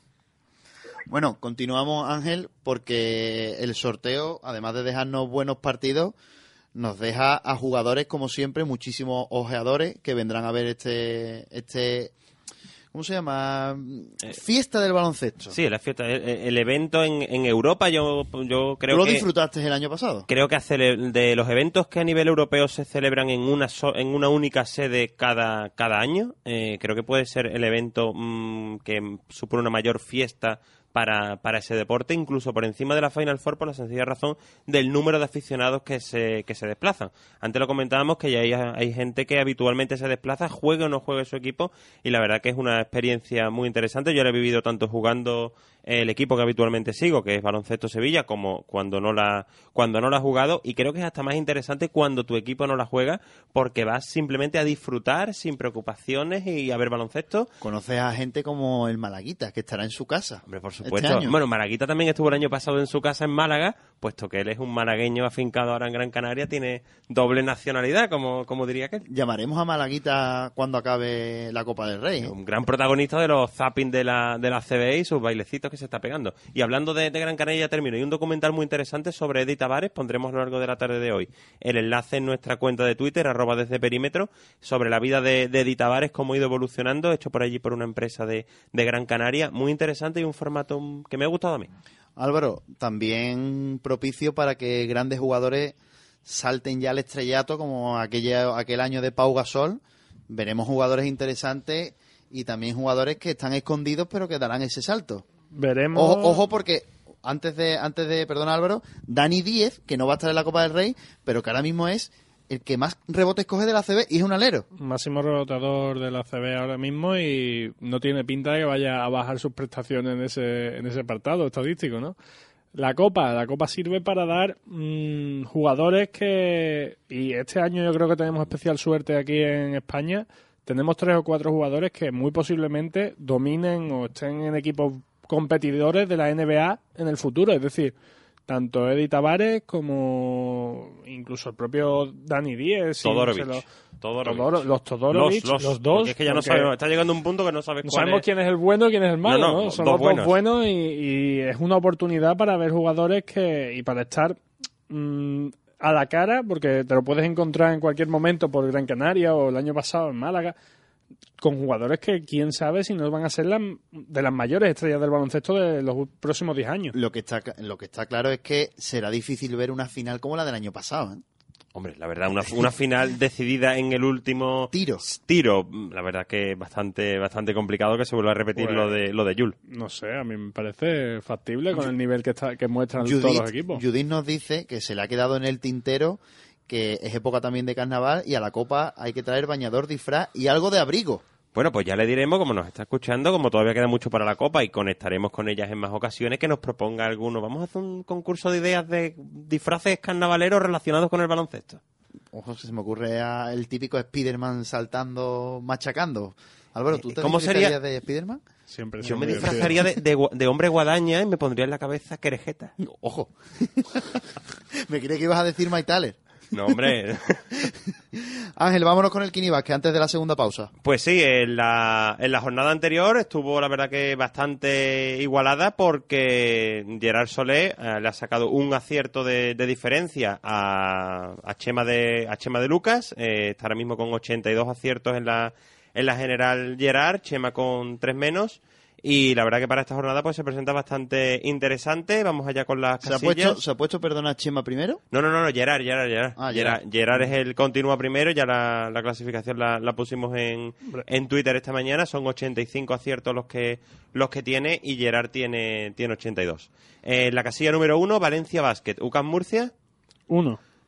Bueno, continuamos, Ángel, porque el sorteo, además de dejarnos buenos partidos, nos deja a jugadores, como siempre, muchísimos ojeadores que vendrán a ver este ¿cómo se llama? Fiesta del baloncesto. Sí, la fiesta, el evento en Europa, yo creo que... ¿Tú lo disfrutaste el año pasado? Creo que de los eventos que a nivel europeo se celebran en una única sede cada año, creo que puede ser el evento que supone una mayor fiesta para ese deporte, incluso por encima de la Final Four, por la sencilla razón del número de aficionados que se desplazan. Antes lo comentábamos que ya hay gente que habitualmente se desplaza, juegue o no juegue su equipo, y la verdad que es una experiencia muy interesante. Yo lo he vivido tanto jugando el equipo que habitualmente sigo, que es Baloncesto Sevilla, como cuando no la ha jugado, y creo que es hasta más interesante cuando tu equipo no la juega, porque vas simplemente a disfrutar sin preocupaciones y a ver baloncesto. Conoces a gente como el Malaguita, que estará en su casa. Hombre, por supuesto. Este Bueno, Malaguita también estuvo el año pasado en su casa en Málaga, puesto que él es un malagueño afincado ahora en Gran Canaria, tiene doble nacionalidad, como diría aquel. Llamaremos a Malaguita cuando acabe la Copa del Rey, ¿eh? Un gran protagonista de los zapping de la CBE y sus bailecitos que se está pegando. Y hablando de Gran Canaria, ya termino. Hay un documental muy interesante sobre Eddie Tavares, pondremos a lo largo de la tarde de hoy el enlace en nuestra cuenta de Twitter, @desde perímetro, sobre la vida de Eddie Tavares, cómo ha ido evolucionando, hecho por allí por una empresa de Gran Canaria. Muy interesante y un formato que me ha gustado a mí. Álvaro, también propicio para que grandes jugadores salten ya al estrellato, como aquel año de Pau Gasol. Veremos jugadores interesantes y también jugadores que están escondidos pero que darán ese salto. Veremos. Ojo porque antes de perdón, Álvaro, Dani Díez, que no va a estar en la Copa del Rey, pero que ahora mismo es el que más rebotes coge de la ACB y es un alero. Máximo rebotador de la ACB ahora mismo, y no tiene pinta de que vaya a bajar sus prestaciones en ese apartado estadístico, ¿no? La Copa sirve para dar jugadores que... Y este año yo creo que tenemos especial suerte aquí en España. Tenemos 3 o 4 jugadores que muy posiblemente dominen o estén en equipos competidores de la NBA en el futuro. Es decir, tanto Eddie Tavares como incluso el propio Dani Díez. Todorovic. Los Todorovic, los dos. Porque es que ya no sabemos, está llegando un punto que no sabes cuál sabemos quién es el bueno y quién es el malo, ¿no? Son los dos buenos y es una oportunidad para ver jugadores y para estar a la cara, porque te lo puedes encontrar en cualquier momento por Gran Canaria o el año pasado en Málaga, con jugadores que quién sabe si no van a ser de las mayores estrellas del baloncesto de los próximos 10 años. Lo que está claro es que será difícil ver una final como la del año pasado, ¿eh? Hombre, la verdad, una final decidida en el último tiro, la verdad que es bastante complicado que se vuelva a repetir pues, lo de Jules. No sé, a mí me parece factible con el nivel que muestran todos los equipos. Judith nos dice que se le ha quedado en el tintero que es época también de carnaval y a la Copa hay que traer bañador, disfraz y algo de abrigo. Bueno, pues ya le diremos, como nos está escuchando, como todavía queda mucho para la Copa y conectaremos con ellas en más ocasiones, que nos proponga alguno. Vamos a hacer un concurso de ideas de disfraces carnavaleros relacionados con el baloncesto. Ojo, se me ocurre el típico Spiderman saltando, machacando. Álvaro, ¿tú te ¿Cómo sería de Spiderman? Siempre. Yo me disfrazaría de hombre guadaña y me pondría en la cabeza querejeta. Ojo. Me creí que ibas a decir Mike Tyler. No, hombre. Ángel, vámonos con el Kini Basket antes de la segunda pausa. Pues sí, en la jornada anterior estuvo la verdad que bastante igualada, porque Gerard Solé le ha sacado un acierto de diferencia a Chema de Lucas. Está ahora mismo con 82 aciertos en la general Gerard, Chema con 3 menos. Y la verdad que para esta jornada pues se presenta bastante interesante. Vamos allá con las casillas. ¿Se ha puesto, perdona, Chema primero? No, Gerard. Gerard es el continúa primero. Ya la clasificación la pusimos en Twitter esta mañana. Son 85 aciertos los que tiene, y Gerard tiene 82. La casilla número 1, Valencia Basket. UCAM Murcia. 1.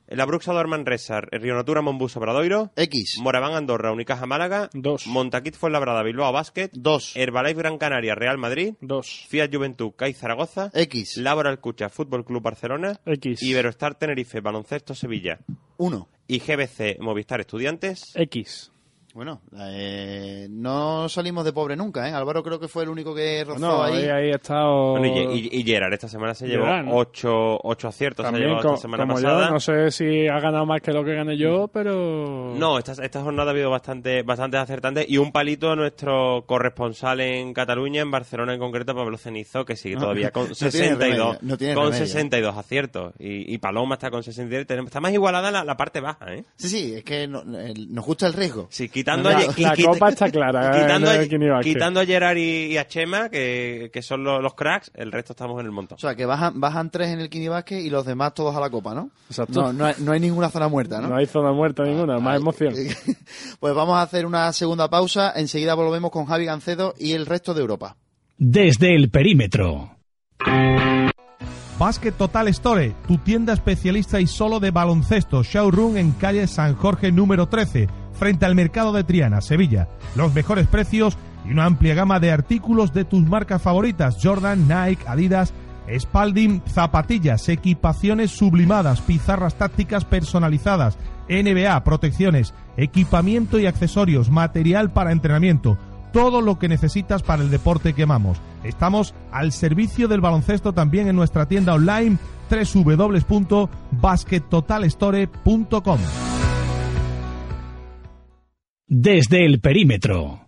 La Bruxa Dorman Resar, Río Natura Monbus Obradoiro. X. Moraván Andorra, Unicaja Málaga. 2. Montaquit Fuenlabrada, Bilbao Basket. 2. Herbalife Gran Canaria, Real Madrid. 2. Fiat Juventud, CAI Zaragoza. X. Laboral Cucha, Fútbol Club Barcelona. X. Iberostar Tenerife, Baloncesto Sevilla. 1. Y GBC Movistar Estudiantes. X. Bueno, no salimos de pobre nunca, ¿eh? Álvaro creo que fue el único que rozó ahí. Ahí ha estado... Bueno, y Gerard esta semana se llevó Gerard, ¿no? 8 aciertos. También, se ha llevado esta semana como pasada. yo, no sé si ha ganado más que lo que gané yo, pero... No, esta jornada ha habido bastantes acertantes y un palito a nuestro corresponsal en Cataluña, en Barcelona en concreto, Pablo Cenizo, que sigue todavía con 62 62 aciertos. Y Paloma está con 63. Está más igualada la parte baja, ¿eh? Sí, es que nos gusta el riesgo. Sí, quitando la copa está clara. Quitando a Gerard y a Chema, que son los cracks, el resto estamos en el montón. O sea, que bajan 3 en el Kinibasket y los demás todos a la copa, ¿no? Exacto. No hay ninguna zona muerta, ¿no? No hay zona muerta ninguna, más emoción. Pues vamos a hacer una segunda pausa. Enseguida volvemos con Javi Gancedo y el resto de Europa. Desde el perímetro. Basket Total Store, tu tienda especialista y solo de baloncesto. Showroom en calle San Jorge número 13, frente al Mercado de Triana, Sevilla. Los mejores precios y una amplia gama de artículos de tus marcas favoritas: Jordan, Nike, Adidas, Spalding, zapatillas, equipaciones sublimadas, pizarras tácticas personalizadas, NBA, protecciones, equipamiento y accesorios, material para entrenamiento. Todo lo que necesitas para el deporte que amamos. Estamos al servicio del baloncesto también en nuestra tienda online www.baskettotalstore.com. Desde el perímetro.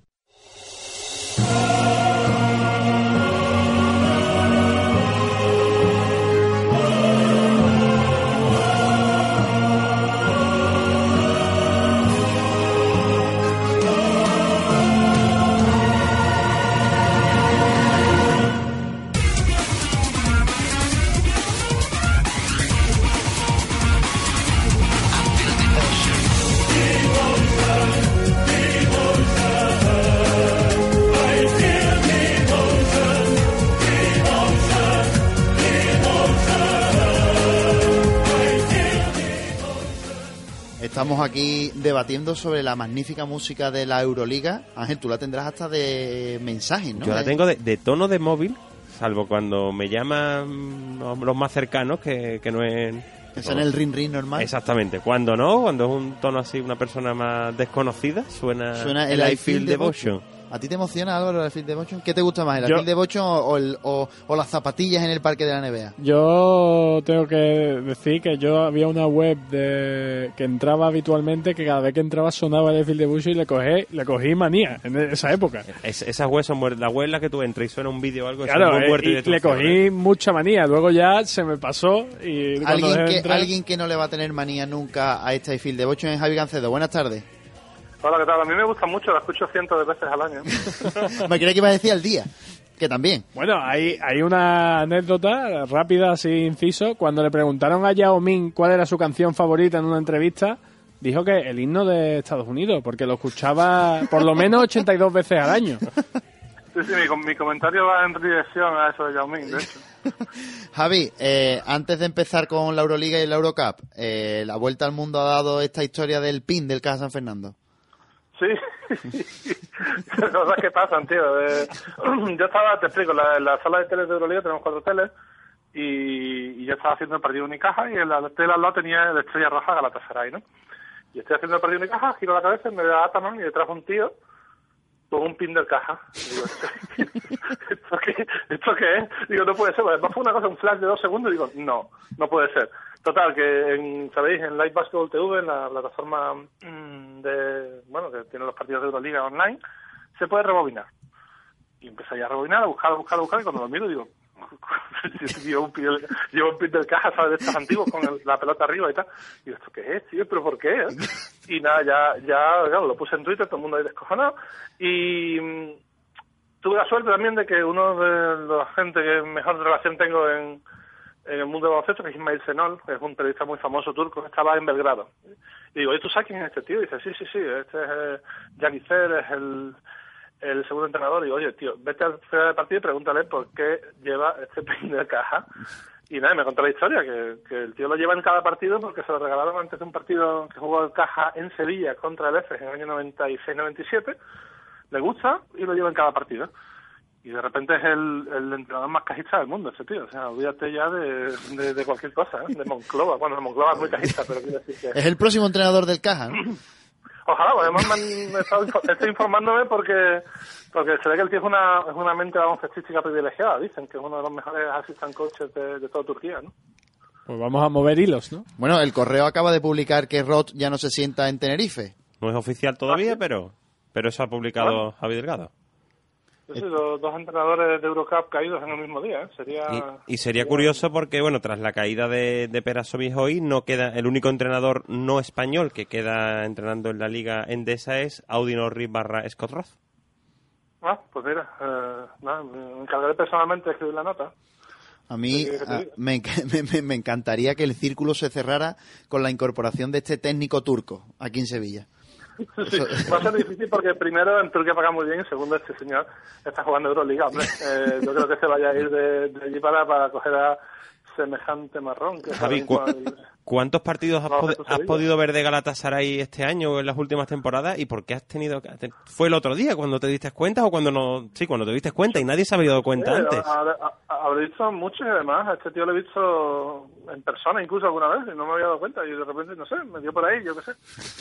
Estamos aquí debatiendo sobre la magnífica música de la Euroliga. Ángel, tú la tendrás hasta de mensajes, ¿no? Yo la tengo de tono de móvil, salvo cuando me llaman los más cercanos, que no es... Es en el ring normal. Exactamente. Cuando no, cuando es un tono así, una persona más desconocida, suena el I Feel Devotion. ¿A ti te emociona, Álvaro, el I Feel Devotion? ¿Qué te gusta más, el I Feel Devotion o las zapatillas en el parque de la NBA? Yo tengo que decir que yo había una web que entraba habitualmente, que cada vez que entraba sonaba el I Feel Devotion y le cogí manía en esa época. Esas webs son muertas. La web en la que tú entras y suena un vídeo o algo, claro, es muerto y le cogí mucha manía. Luego ya se me pasó y alguien que no le va a tener manía nunca a esta I Feel Devotion es Javi Gancedo. Buenas tardes. Hola, ¿qué tal? A mí me gusta mucho, la escucho cientos de veces al año. Me creía que iba a decir al día, que también. Bueno, hay una anécdota rápida, así inciso. Cuando le preguntaron a Yao Ming cuál era su canción favorita en una entrevista, dijo que el himno de Estados Unidos, porque lo escuchaba por lo menos 82 veces al año. Sí, mi comentario va en dirección a eso de Yao Ming, de hecho. Javi, antes de empezar con la Euroliga y la Eurocup, la vuelta al mundo ha dado esta historia del PIN del Caja San Fernando. Sí, cosas que pasan, tío. Yo estaba, te explico, en la sala de teles de Euroliga tenemos 4 teles y yo estaba haciendo el partido Unicaja y en la tele al lado tenía la Estrella Roja Galatasaray, ¿no? Y estoy haciendo el partido Unicaja, giro la cabeza, me da Ataman y detrás un tío con un pin del Caja. Digo, ¿Esto qué es? Digo, no puede ser. Además fue una cosa, un flash de 2 segundos. Digo, no puede ser. Total, que sabéis, en Live Basketball TV, en la plataforma que tiene los partidos de Euroliga online, se puede rebobinar. Y empecé ya a rebobinar, a buscar, y cuando lo miro digo, llevo un pin del Caja, ¿sabes? De estos antiguos con la pelota arriba y tal. Y digo, ¿esto qué es, tío? ¿Pero por qué? Y nada, ya claro, lo puse en Twitter, todo el mundo ahí descojonado. Y tuve la suerte también de que uno de la gente que mejor relación tengo en el mundo del baloncesto, que es Ismail Senol, que es un periodista muy famoso turco, que estaba en Belgrado. Y digo, ¿y tú sabes quién es este tío? Y dice, sí, este es Jan Izer, es el segundo entrenador. Y digo, oye, tío, vete al final del partido y pregúntale por qué lleva este pin de Caja. Y nada, me contó la historia, que el tío lo lleva en cada partido porque se lo regalaron antes de un partido que jugó el Caja en Sevilla contra el EFES en el año 96-97. Le gusta y lo lleva en cada partido. Y de repente es el entrenador más cajista del mundo, ese tío. O sea, olvídate ya de cualquier cosa, ¿eh? De Monclova. Bueno, de Monclova es muy cajista, pero quiero decir que... Es el próximo entrenador del Caja, ¿no? Ojalá, además estoy informándome porque se ve que el tío es una mente baloncestística privilegiada. Dicen que es uno de los mejores assistant coaches de toda Turquía, ¿no? Pues vamos a mover hilos, ¿no? Bueno, el Correo acaba de publicar que Roth ya no se sienta en Tenerife. No es oficial todavía, pero eso ha publicado Javi Delgado. Sí, dos entrenadores de Eurocup caídos en el mismo día, ¿eh? Sería curioso porque, bueno, tras la caída de Perasovic hoy, no queda el único entrenador no español que queda entrenando en la Liga Endesa es Audi Norris / Scott Roth. Pues mira, me encargaré personalmente de escribir la nota. A mí me encantaría que el círculo se cerrara con la incorporación de este técnico turco aquí en Sevilla. Sí, va a ser difícil porque primero en Turquía paga muy bien y segundo este señor está jugando Euroliga, hombre. Yo creo que se vaya a ir de allí para coger a semejante marrón. Que Javi, ¿cuántos partidos has podido ver de Galatasaray este año o en las últimas temporadas? ¿Y por qué has tenido...? ¿Fue el otro día cuando te diste cuenta o cuando no...? Sí, cuando te diste cuenta y nadie se había dado cuenta antes. Habré visto mucho y además a este tío lo he visto en persona incluso alguna vez y no me había dado cuenta y de repente, no sé, me dio por ahí, yo qué sé.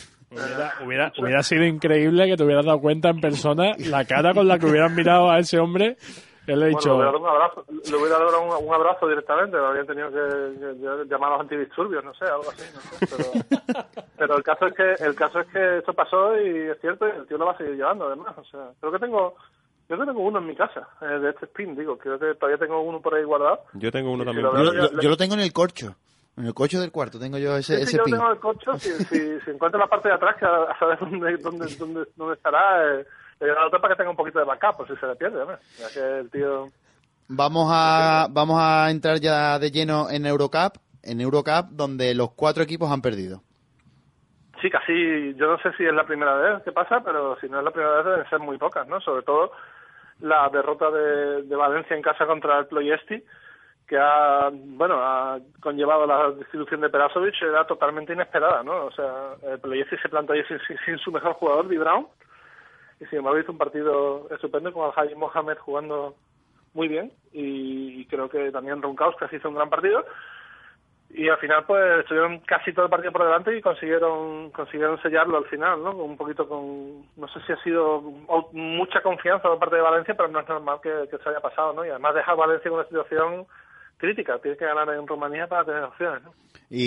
Hubiera sido increíble que te hubieras dado cuenta en persona la cara con la que hubieras mirado a ese hombre. Que le he dicho... le hubiera dado un abrazo directamente, lo habrían tenido que llamar a los antidisturbios, no sé, algo así, no sé. Pero el caso es que esto pasó y es cierto y el tío lo va a seguir llevando además. O sea, yo tengo uno en mi casa, de este spin, digo, creo que todavía tengo uno por ahí guardado. Yo tengo uno también. Yo lo tengo en el corcho. En el coche del cuarto tengo yo ese yo pin. Yo tengo el coche, si encuentro la parte de atrás, que a saber dónde estará, le voy a dar otra para que tenga un poquito de backup, por si se le pierde, ¿no? Ya que el tío... Vamos a entrar ya de lleno en Eurocup, donde los 4 equipos han perdido. Sí, casi, yo no sé si es la primera vez que pasa, pero si no es la primera vez deben ser muy pocas, ¿no? Sobre todo la derrota de Valencia en casa contra el Ploiesti, que ha conllevado la destitución de Perasovic, era totalmente inesperada, ¿no? O sea, el Ploiesti se plantó ahí sin su mejor jugador, Di Brown, y sin embargo hizo un partido estupendo con Al-Haji Mohamed jugando muy bien, y creo que también Roncauskas hizo un gran partido, y al final pues estuvieron casi todo el partido por delante y consiguieron sellarlo al final, ¿no? Un poquito no sé si ha sido mucha confianza por parte de Valencia, pero no es normal que se haya pasado, ¿no? Y además deja a Valencia en una situación crítica, tiene que ganar en Rumanía para tener opciones, ¿no?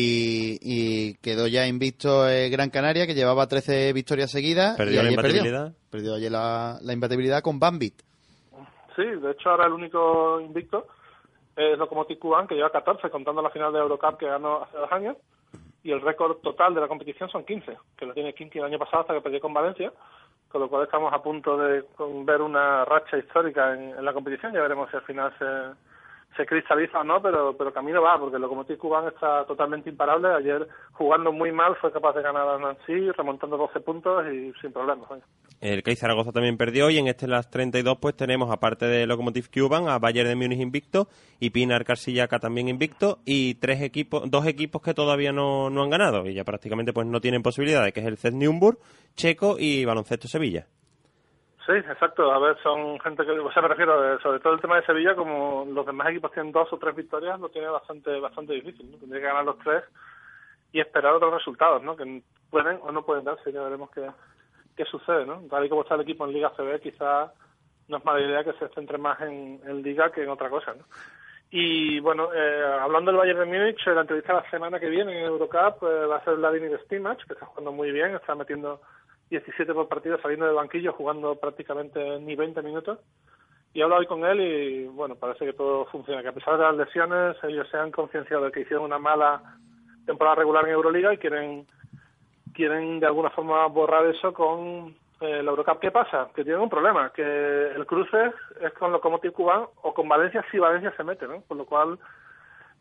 Y quedó ya invicto Gran Canaria, que llevaba 13 victorias seguidas. Perdió la imbatibilidad. Perdió ayer la imbatibilidad con Bambit. Sí, de hecho ahora el único invicto es Lokomotiv Kuban, que lleva 14, contando la final de Eurocup que ganó hace 2 años, y el récord total de la competición son 15, que lo tiene Kinky el año pasado hasta que perdió con Valencia, con lo cual estamos a punto de ver una racha histórica en la competición. Ya veremos si al final se cristaliza o no, pero camino va, porque el Lokomotiv Kuban está totalmente imparable. Ayer, jugando muy mal, fue capaz de ganar a Nancy, remontando 12 puntos y sin problemas. El CAI Zaragoza también perdió, y en las 32 pues tenemos, aparte de Lokomotiv Kuban, a Bayern de Múnich invicto, y Pinar Karsiljaka también invicto, y 2 equipos que todavía no han ganado, y ya prácticamente pues no tienen posibilidades, que es el CEZ Nürnberg, Checo y Baloncesto Sevilla. Sí, exacto. A ver, son gente que... O sea, me refiero, sobre todo el tema de Sevilla, como los demás equipos tienen 2 o 3 victorias, lo tiene bastante difícil, ¿no? Tendría que ganar los 3 y esperar otros resultados, ¿no? Que pueden o no pueden darse, ya veremos qué sucede, ¿no? Tal y como está el equipo en Liga CB, quizás no es mala idea que se centre más en Liga que en otra cosa, ¿no? Y bueno, hablando del Bayern de Múnich, la entrevista la semana que viene en Eurocup va a ser Vladimir Stimac, que está jugando muy bien, está metiendo 17 por partido, saliendo del banquillo, jugando prácticamente ni 20 minutos. Y he hablado hoy con él y, bueno, parece que todo funciona, que a pesar de las lesiones, ellos se han concienciado de que hicieron una mala temporada regular en Euroliga y quieren de alguna forma borrar eso con la Eurocup. ¿Qué pasa? Que tienen un problema, que el cruce es con Lokomotiv Kuban o con Valencia si Valencia se mete, ¿no? Por lo cual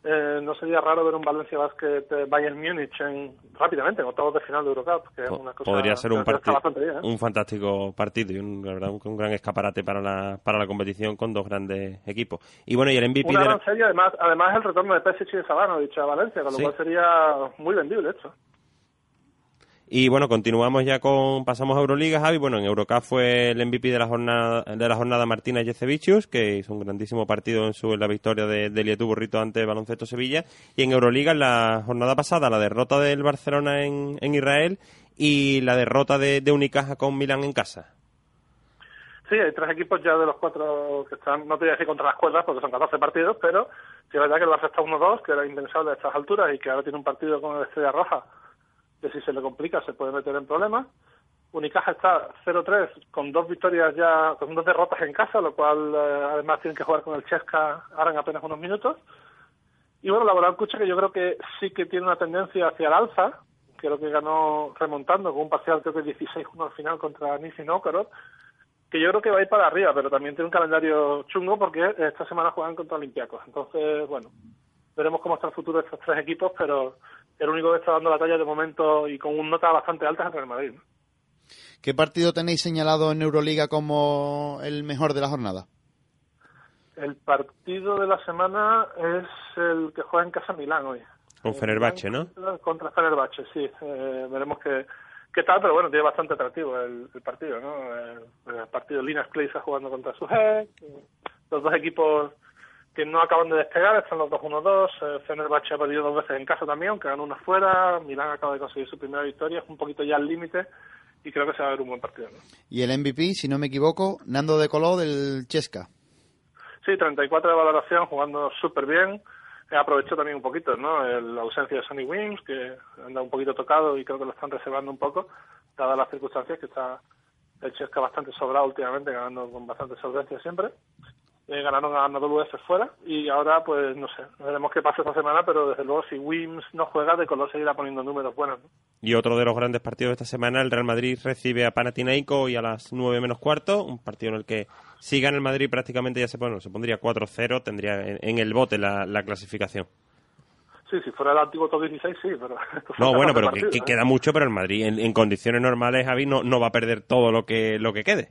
no sería raro ver un Valencia Basket Bayern Múnich rápidamente en octavos de final de Eurocup, que es una cosa. Podría ser un partido, bien, un fantástico partido y la verdad un gran escaparate para la competición con dos grandes equipos. Y bueno, y el MVP una gran serie, además el retorno de Pesic y de Savanovic a Valencia, con lo cual sería muy vendible esto. Y bueno, continuamos ya pasamos a Euroliga, Javi. Bueno, en Eurocup fue el MVP de la jornada Martina Jezevicius, que hizo un grandísimo partido en la victoria de Lietu Burrito ante Baloncesto Sevilla. Y en Euroliga, en la jornada pasada, la derrota del Barcelona en Israel y la derrota de Unicaja con Milán en casa. Sí, hay 3 equipos ya de los 4 que están, no te voy a decir contra las cuerdas porque son 14 partidos, pero sí es verdad que el Barça está 1-2, que era impensable a estas alturas, y que ahora tiene un partido con el Estrella Roja, que si se le complica se puede meter en problemas. Unicaja está 0-3 con 2 victorias ya, con 2 derrotas en casa, lo cual además tienen que jugar con el Chesca ahora en apenas unos minutos. Y bueno, la Laboral Cucha, que yo creo que sí que tiene una tendencia hacia el alza, creo que ganó remontando con un parcial creo que 16-1 al final contra Nizhny Novgorod, que yo creo que va a ir para arriba, pero también tiene un calendario chungo porque esta semana juegan contra Olympiacos. Entonces, bueno, veremos cómo está el futuro de estos 3 equipos, pero el único que está dando la talla de momento y con un nota bastante alta es el Real Madrid, ¿no? ¿Qué partido tenéis señalado en Euroliga como el mejor de la jornada? El partido de la semana es el que juega en casa Milán hoy. Con Fenerbahce, ¿no? Contra Fenerbahce, sí. Veremos qué tal, pero bueno, tiene bastante atractivo el partido, ¿no? El partido Linas Clay está jugando contra Sujek. Los dos equipos que no acaban de despegar, están los 2-1-2. Fenerbahce ha perdido 2 veces en casa también, aunque ganó una fuera. Milán acaba de conseguir su primera victoria, es un poquito ya al límite, y creo que se va a ver un buen partido, ¿no? Y el MVP, si no me equivoco, Nando De Colo del Chesca. Sí, 34 de valoración, jugando súper bien. Aprovechó también un poquito, ¿no? La ausencia de Sonny Williams, que anda un poquito tocado y creo que lo están reservando un poco, dadas las circunstancias, que está el Chesca bastante sobrado últimamente, ganando con bastante solvencia siempre. Ganaron a AWF fuera y ahora, pues, no sé, veremos qué pasa esta semana, pero desde luego si Williams no juega, De Colo seguirá poniendo números buenos, ¿no? Y otro de los grandes partidos de esta semana, el Real Madrid recibe a Panathinaikos y a las 9:15, un partido en el que si gana el Madrid prácticamente ya se pondría 4-0, tendría en el bote la clasificación. Sí, si fuera el antiguo top 16, sí, pero... No, bueno, pero que queda mucho, pero el Madrid en condiciones normales, Javi, no va a perder todo lo que quede.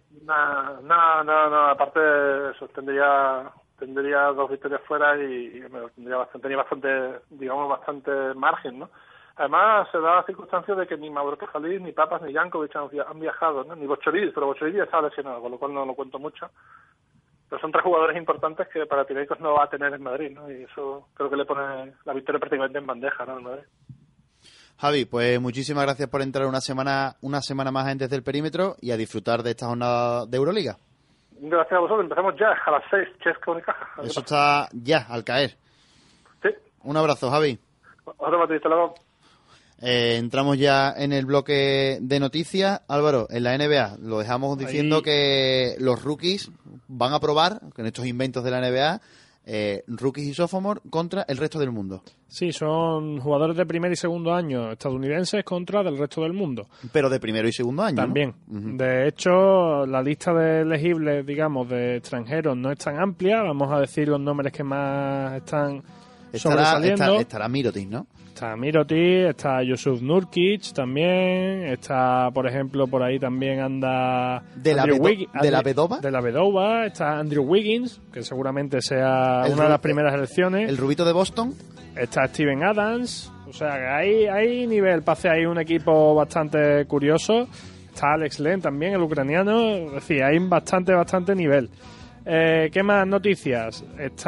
No, aparte eso, tendría 2 victorias fuera y tenía bastante margen, ¿no? Además, se da la circunstancia de que ni Mavropanos Jalil, ni Papas, ni Jankovic han viajado, ¿no? Ni Bochoridis, pero Bochoridis está lesionado, con lo cual no lo cuento mucho. Pero son 3 jugadores importantes que para Panathinaikos no va a tener en Madrid, ¿no? Y eso creo que le pone la victoria prácticamente en bandeja, ¿no? En Madrid. Javi, pues muchísimas gracias por entrar una semana más antes del perímetro y a disfrutar de esta jornada de Euroliga. Gracias a vosotros. Empezamos ya a las 6, Chesca Unicaja. Eso está ya, al caer. Sí. Un abrazo, Javi. Otro Matista, luego. Entramos ya en el bloque de noticias. Álvaro, en la NBA lo dejamos diciendo que los rookies van a probar, con estos inventos de la NBA, rookies y sophomore contra el resto del mundo. Sí, son jugadores de primer y segundo año estadounidenses contra del resto del mundo. Pero de primero y segundo año, también. ¿no? Uh-huh. De hecho, la lista de elegibles, digamos, de extranjeros no es tan amplia. Vamos a decir los nombres que más están sobresaliendo. Estará Mirotic, ¿no? Está Mirotic, está Yusuf Nurkic también, está, por ejemplo, por ahí también anda de la Vedova, está Andrew Wiggins, que seguramente sea una de las primeras elecciones. El rubito de Boston. Está Steven Adams, o sea que hay nivel, pase ahí un equipo bastante curioso. Está Alex Len también, el ucraniano, es decir, hay bastante nivel. ¿Qué más noticias? Se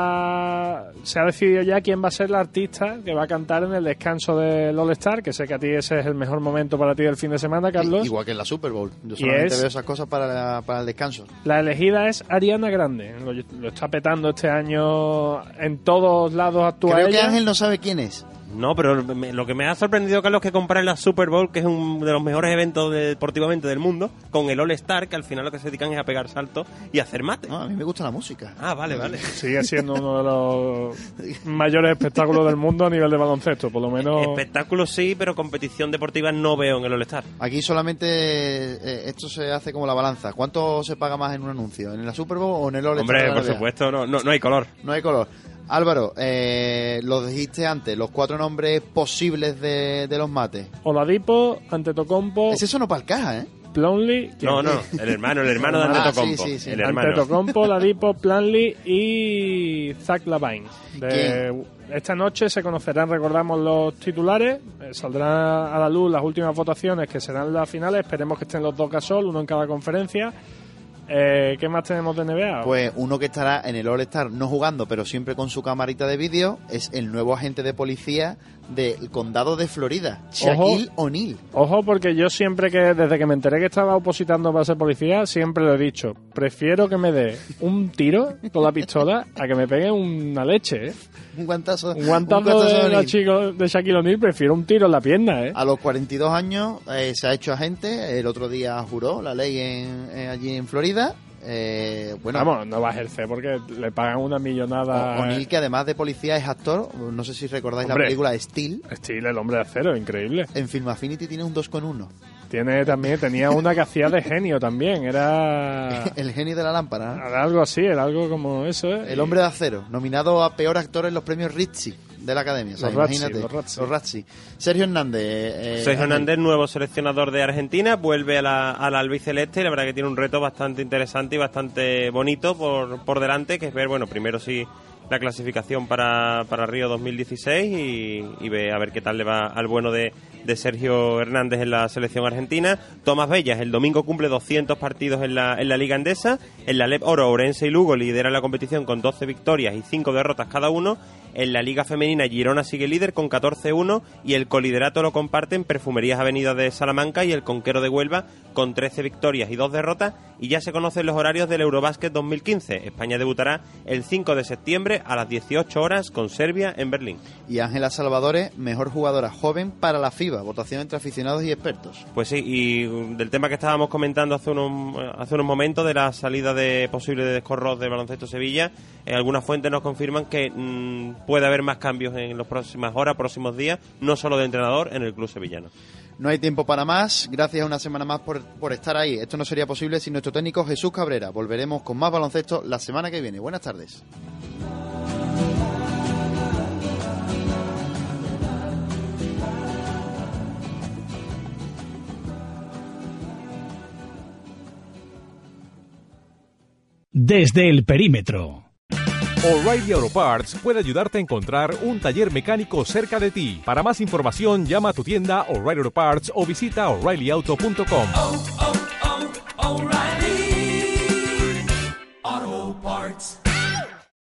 ha decidido ya quién va a ser la artista que va a cantar en el descanso del All-Star, que sé que a ti ese es el mejor momento para ti del fin de semana, Carlos. Igual que en la Super Bowl. Yo solamente veo esas cosas para el descanso. La elegida es Ariana Grande. Lo está petando este año en todos lados actúa Creo ella. Que Ángel no sabe quién es. No, pero lo que me ha sorprendido, Carlos, es que comparar la Super Bowl, que es uno de los mejores eventos deportivamente del mundo, con el All-Star, que al final lo que se dedican es a pegar saltos y a hacer mate. No, a mí me gusta la música. Ah, vale. Sigue siendo uno de los mayores espectáculos del mundo a nivel de baloncesto, por lo menos. Espectáculos sí, pero competición deportiva no veo en el All-Star. Aquí solamente esto se hace como la balanza. ¿Cuánto se paga más en un anuncio? ¿En la Super Bowl o en el All-Star? Hombre, por supuesto, no hay color. No hay color. Álvaro, lo dijiste antes, los 4 nombres posibles de los mates. Oladipo, Antetokounmpo... Ese sonó para el caja, ¿eh? Plumlee... No, el hermano de Antetokounmpo. Sí. El hermano. Antetokounmpo, Oladipo, Plumlee y Zach LaVine. Esta noche se conocerán, recordamos, los titulares. Saldrán a la luz las últimas votaciones, que serán las finales. Esperemos que estén los 2 Gasol, uno en cada conferencia. ¿Qué más tenemos de NBA? Pues uno que estará en el All-Star no jugando, pero siempre con su camarita de vídeo, es el nuevo agente de policía del condado de Florida, Shaquille O'Neal. Ojo, porque yo siempre desde que me enteré que estaba opositando para ser policía, siempre lo he dicho, prefiero que me dé un tiro con la pistola a que me pegue una leche, ¿eh? Un guantazo de Shaquille O'Neal, prefiero un tiro en la pierna, ¿eh? A los 42 años se ha hecho agente, el otro día juró la ley allí en Florida. Vamos, no va a ejercer porque le pagan una millonada. O'Neal, que además de policía es actor, no sé si recordáis la película Steel, el hombre de acero, increíble. En Film Affinity tiene un 2,1. Tenía una que hacía de genio también, era... El genio de la lámpara, ¿no? Era algo así, era algo como eso, ¿eh? El hombre de acero, nominado a peor actor en los premios Rizzi de la Academia. Los Razzie. Sergio Hernández. Sergio Hernández, nuevo seleccionador de Argentina, vuelve a la albiceleste. La verdad que tiene un reto bastante interesante y bastante bonito por delante, que es ver, bueno, primero sí la clasificación para Río 2016 y ve a ver qué tal le va al bueno de Sergio Hernández en la selección argentina. Tomás Bellas el domingo cumple 200 partidos en la Liga Endesa. En la LEP Oro, Ourense y Lugo lideran la competición con 12 victorias y 5 derrotas cada uno. En la Liga Femenina, Girona sigue líder con 14-1 y el coliderato lo comparten Perfumerías Avenida de Salamanca y el Conquero de Huelva con 13 victorias y 2 derrotas. Y ya se conocen los horarios del Eurobásquet 2015. España debutará el 5 de septiembre a las 18 horas con Serbia en Berlín. Y Ángela Salvadores, mejor jugadora joven para la FIBA, votación entre aficionados y expertos. Pues sí, y del tema que estábamos comentando hace unos momentos de la salida posible de Descorros del Baloncesto Sevilla, algunas fuentes nos confirman que puede haber más cambios en las próximas horas, próximos días, no solo de entrenador en el club sevillano. No hay tiempo para más. Gracias una semana más por estar ahí. Esto no sería posible sin nuestro técnico Jesús Cabrera. Volveremos con más baloncesto la semana que viene. Buenas tardes. Desde el perímetro. O'Reilly Auto Parts puede ayudarte a encontrar un taller mecánico cerca de ti. Para más información, llama a tu tienda O'Reilly Auto Parts o visita O'ReillyAuto.com.